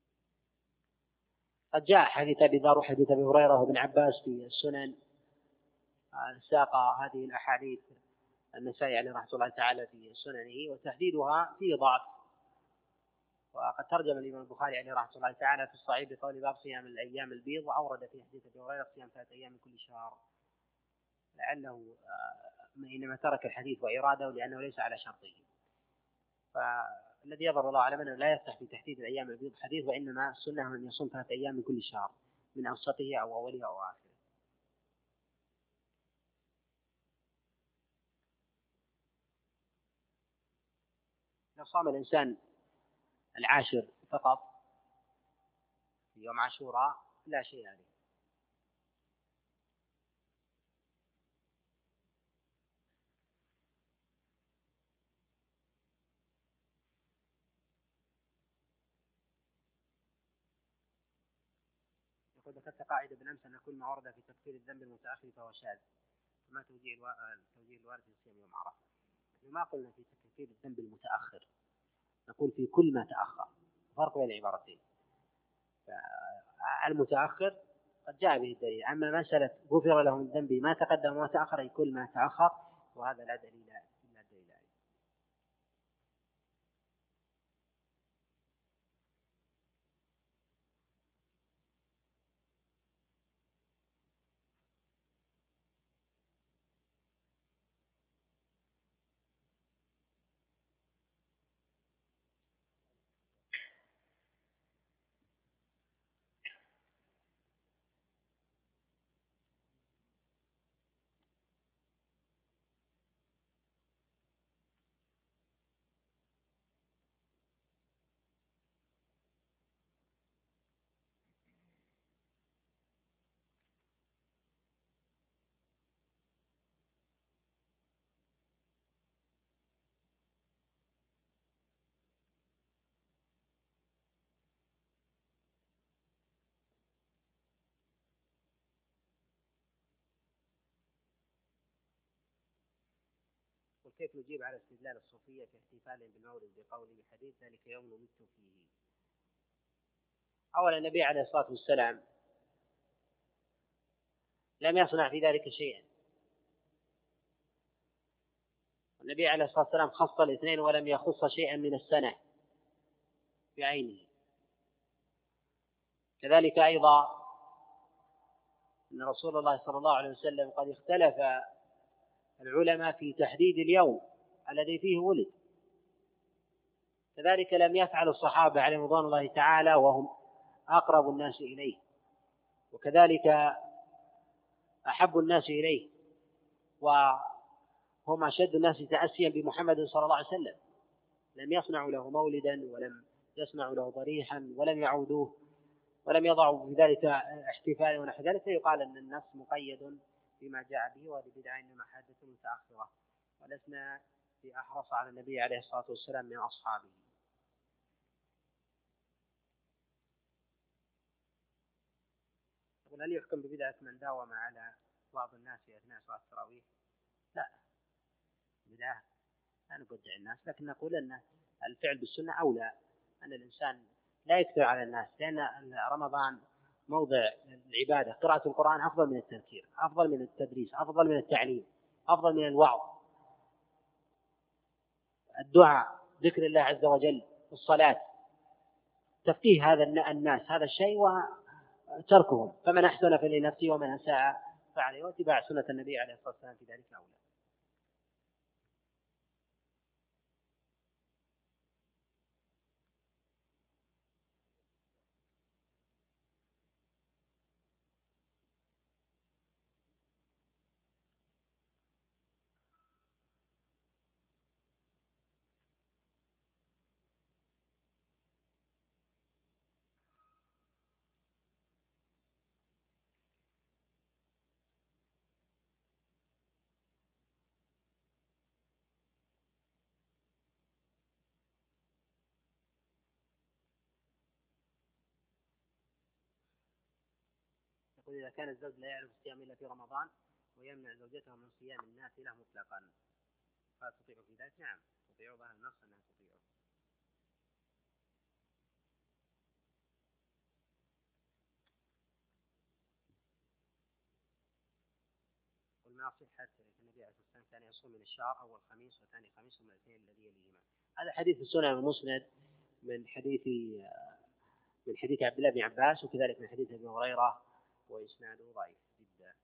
قد جاء حديث أبي ذر وحديث أبي هريرة وابن عباس في السنن، ساق هذه الأحاديث النسائي عليه رحمة الله تعالى في سننه، وتحديدها فيه ضعف، وقد ترجم الإمام البخاري عليه رحمة الله تعالى في الصحيح بقول باب صيام الأيام البيض، وأورد في حديث أبي هريرة صيام ثلاثة أيام من كل شهر، لعله إنما ترك الحديث وإراده لأنه ليس على شرطه. فالذي يظهر الله أعلم أنه لا يفتح في تحديد الأيام البيض حديث، وإنما السنة أن يصوم ثلاثة أيام من كل شهر من أوسطه أو أوله أو آخره. لو صام الإنسان العاشر فقط في يوم عاشوراء لا شيء عليه. يقول ذكرت قاعدة بالأمس أن كل ما ورد في تكفير الذنب المتأخر فهو شاذ، فما توجيه توجيه الوارد في صيام يوم عرفة؟ ما قلنا في تكفير الذنب المتأخر، نقول في كل ما تأخر، فرق بين العبارتين. المتأخر قد جاء به الدليل، أما مسألة غفر له من ذنبه ما تقدم وما تأخر أي كل ما تأخر، وهذا لا دليل إلا دليل عليه. كيف نجيب على استدلال الصوفية في احتفالهم بالمولد بقوله بحديث ذلك يوم ولدت فيه؟ أولا النبي عليه الصلاة والسلام لم يصنع في ذلك شيئا. النبي عليه الصلاة والسلام خص الاثنين ولم يخص شيئا من السنة بعينه. كذلك أيضا أن رسول الله صلى الله عليه وسلم قد اختلف العلماء في تحديد اليوم الذي فيه ولد. كذلك لم يفعل الصحابة عليهم رضوان الله تعالى وهم أقرب الناس إليه، وكذلك أحب الناس إليه وهم أشد الناس تأسيا بمحمد صلى الله عليه وسلم. لم يصنعوا له مولدا ولم يصنعوا له ضريحا ولم يعودوه ولم يضعوا في ذلك احتفالا ونحو ذلك، فيقال أن النص مقيد بما جاء به، وهذه بدعة إنما حادثة متأخرة، ولسنا بأحرص على النبي عليه الصلاة والسلام من أصحابه. يقول: هل يحكم ببدعة من داوم على بعض الناس في أثناء صلاة التراويح؟ لا، بدعة لا نبدع الناس، لكن نقول أن الفعل بالسنة أولى، أن الإنسان لا يكثر على الناس، لأن رمضان موضع العبادة. قراءة القرآن أفضل من التذكير، أفضل من التدريس، أفضل من التعليم، أفضل من الوعظ. الدعاء، ذكر الله عز وجل، الصلاة، تفقيه هذا الناس هذا الشيء وتركهم. فمن أحسن فلنفسه ومن أساء فعليه، واتباع سنة النبي عليه الصلاة والسلام في ذلك أولى. يقول: إذا كان الزوج لا يعرف الصيام إلا في رمضان ويمنع زوجته من صيام النافلة مطلقا، فتطيع في ذلك؟ نعم تطيع، ظاهر النص أنها تطيع. قل: ما صحة النبي عليه الصلاة والسلام كان يصوم من الشهر أول خميس وثاني خميس ومن الاثنين الذي يليهما؟ هذا حديث السنن المسند من حديث من حديث عبد الله بن عباس، وكذلك من حديث ابي هريرة، وإسناده ضعيف جدا.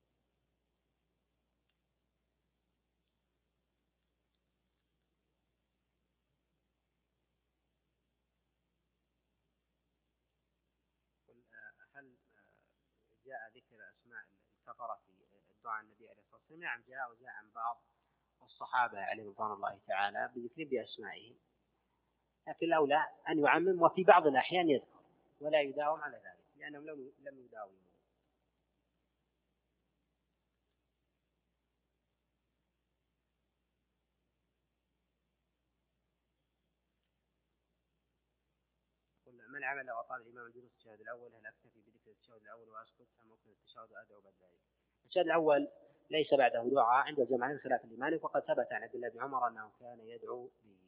هل جاء ذكر أسماء الكفرة في الدعاء النبي عليه الصلاة والسلام؟ نعم جاء، وجاء عن بعض الصحابة عليهم رضوان الله تعالى بذكر بأسمائهم، لكن الأولى أن يعمم، وفي بعض الأحيان يذكر ولا يداوم على ذلك لأنهم لم لم يداوموا. من عمل لو أطال الإمام الجلوس التشهد الأول، هل أكتفي بذكر التشهد الأول وأسكت أم أكمل التشهد وأدعو بعد ذلك؟ التشهد الأول ليس بعده دعاء عند جماعة خلاف الإمام، وقد ثبت عن عبد الله بن عمر أنه كان يدعو به.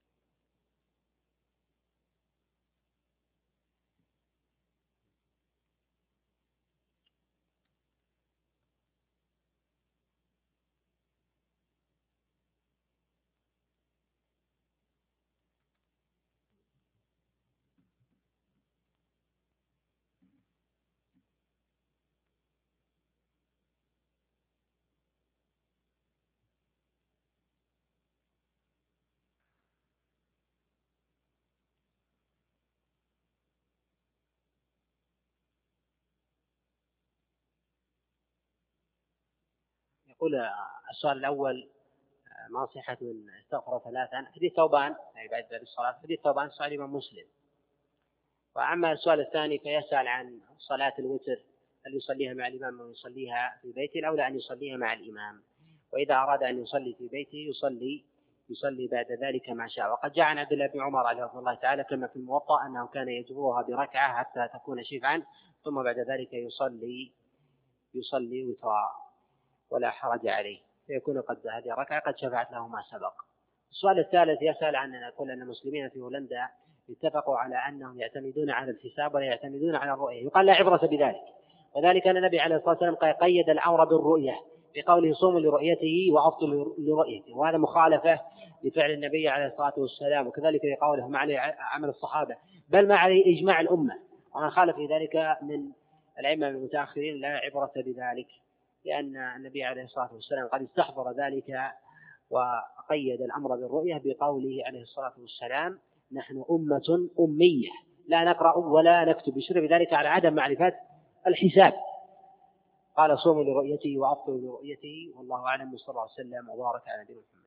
يقول السؤال الأول: ما صحة من استغفر ثلاثا؟ حديث ثوبان يعني بعد ذلك الصلاة، حديث ثوبان سؤال الإمام مسلم. وأما السؤال الثاني فيسأل عن صلاة الوتر، هل يصليها مع الإمام أو يصليها في بيته؟ الأولى أن يصليها مع الإمام، وإذا أراد أن يصلي في بيته يصلي يصلي بعد ذلك ما شاء. وقد جاء عن عبد الله بن عمر عليه الله تعالى كما في الموطأ أنه كان يجبرها بركعة حتى تكون شفعا، ثم بعد ذلك يصلي يصلي وترا ولا حرج عليه. فيكون قد هذه الركعة قد شفعت له ما سبق. السؤال الثالث يسأل عن أن نقول أن المسلمين في هولندا اتفقوا على أنهم يعتمدون على الحساب ولا يعتمدون على الرؤية. يقال لا عبرة بذلك، وذلك أن النبي عليه الصلاة والسلام قيد الأمر بالرؤية بقوله صوموا لرؤيته وأفطروا لرؤيته، وهذا مخالفة لفعل النبي عليه الصلاة والسلام، وكذلك لقوله ما عليه عمل الصحابة بل ما عليه إجماع الأمة، ومن خالف في ذلك من الأئمة المتأخرين لا عبرة بذلك، لأن النبي عليه الصلاة والسلام قد استحضر ذلك وقيد الأمر بالرؤية بقوله عليه الصلاة والسلام نحن أمة أمية لا نقرأ ولا نكتب، يشير بذلك على عدم معرفة الحساب. قال صوموا لرؤيته وأفطروا لرؤيته، والله أعلم، صلى الله عليه وسلم وبارك على نبينا محمد.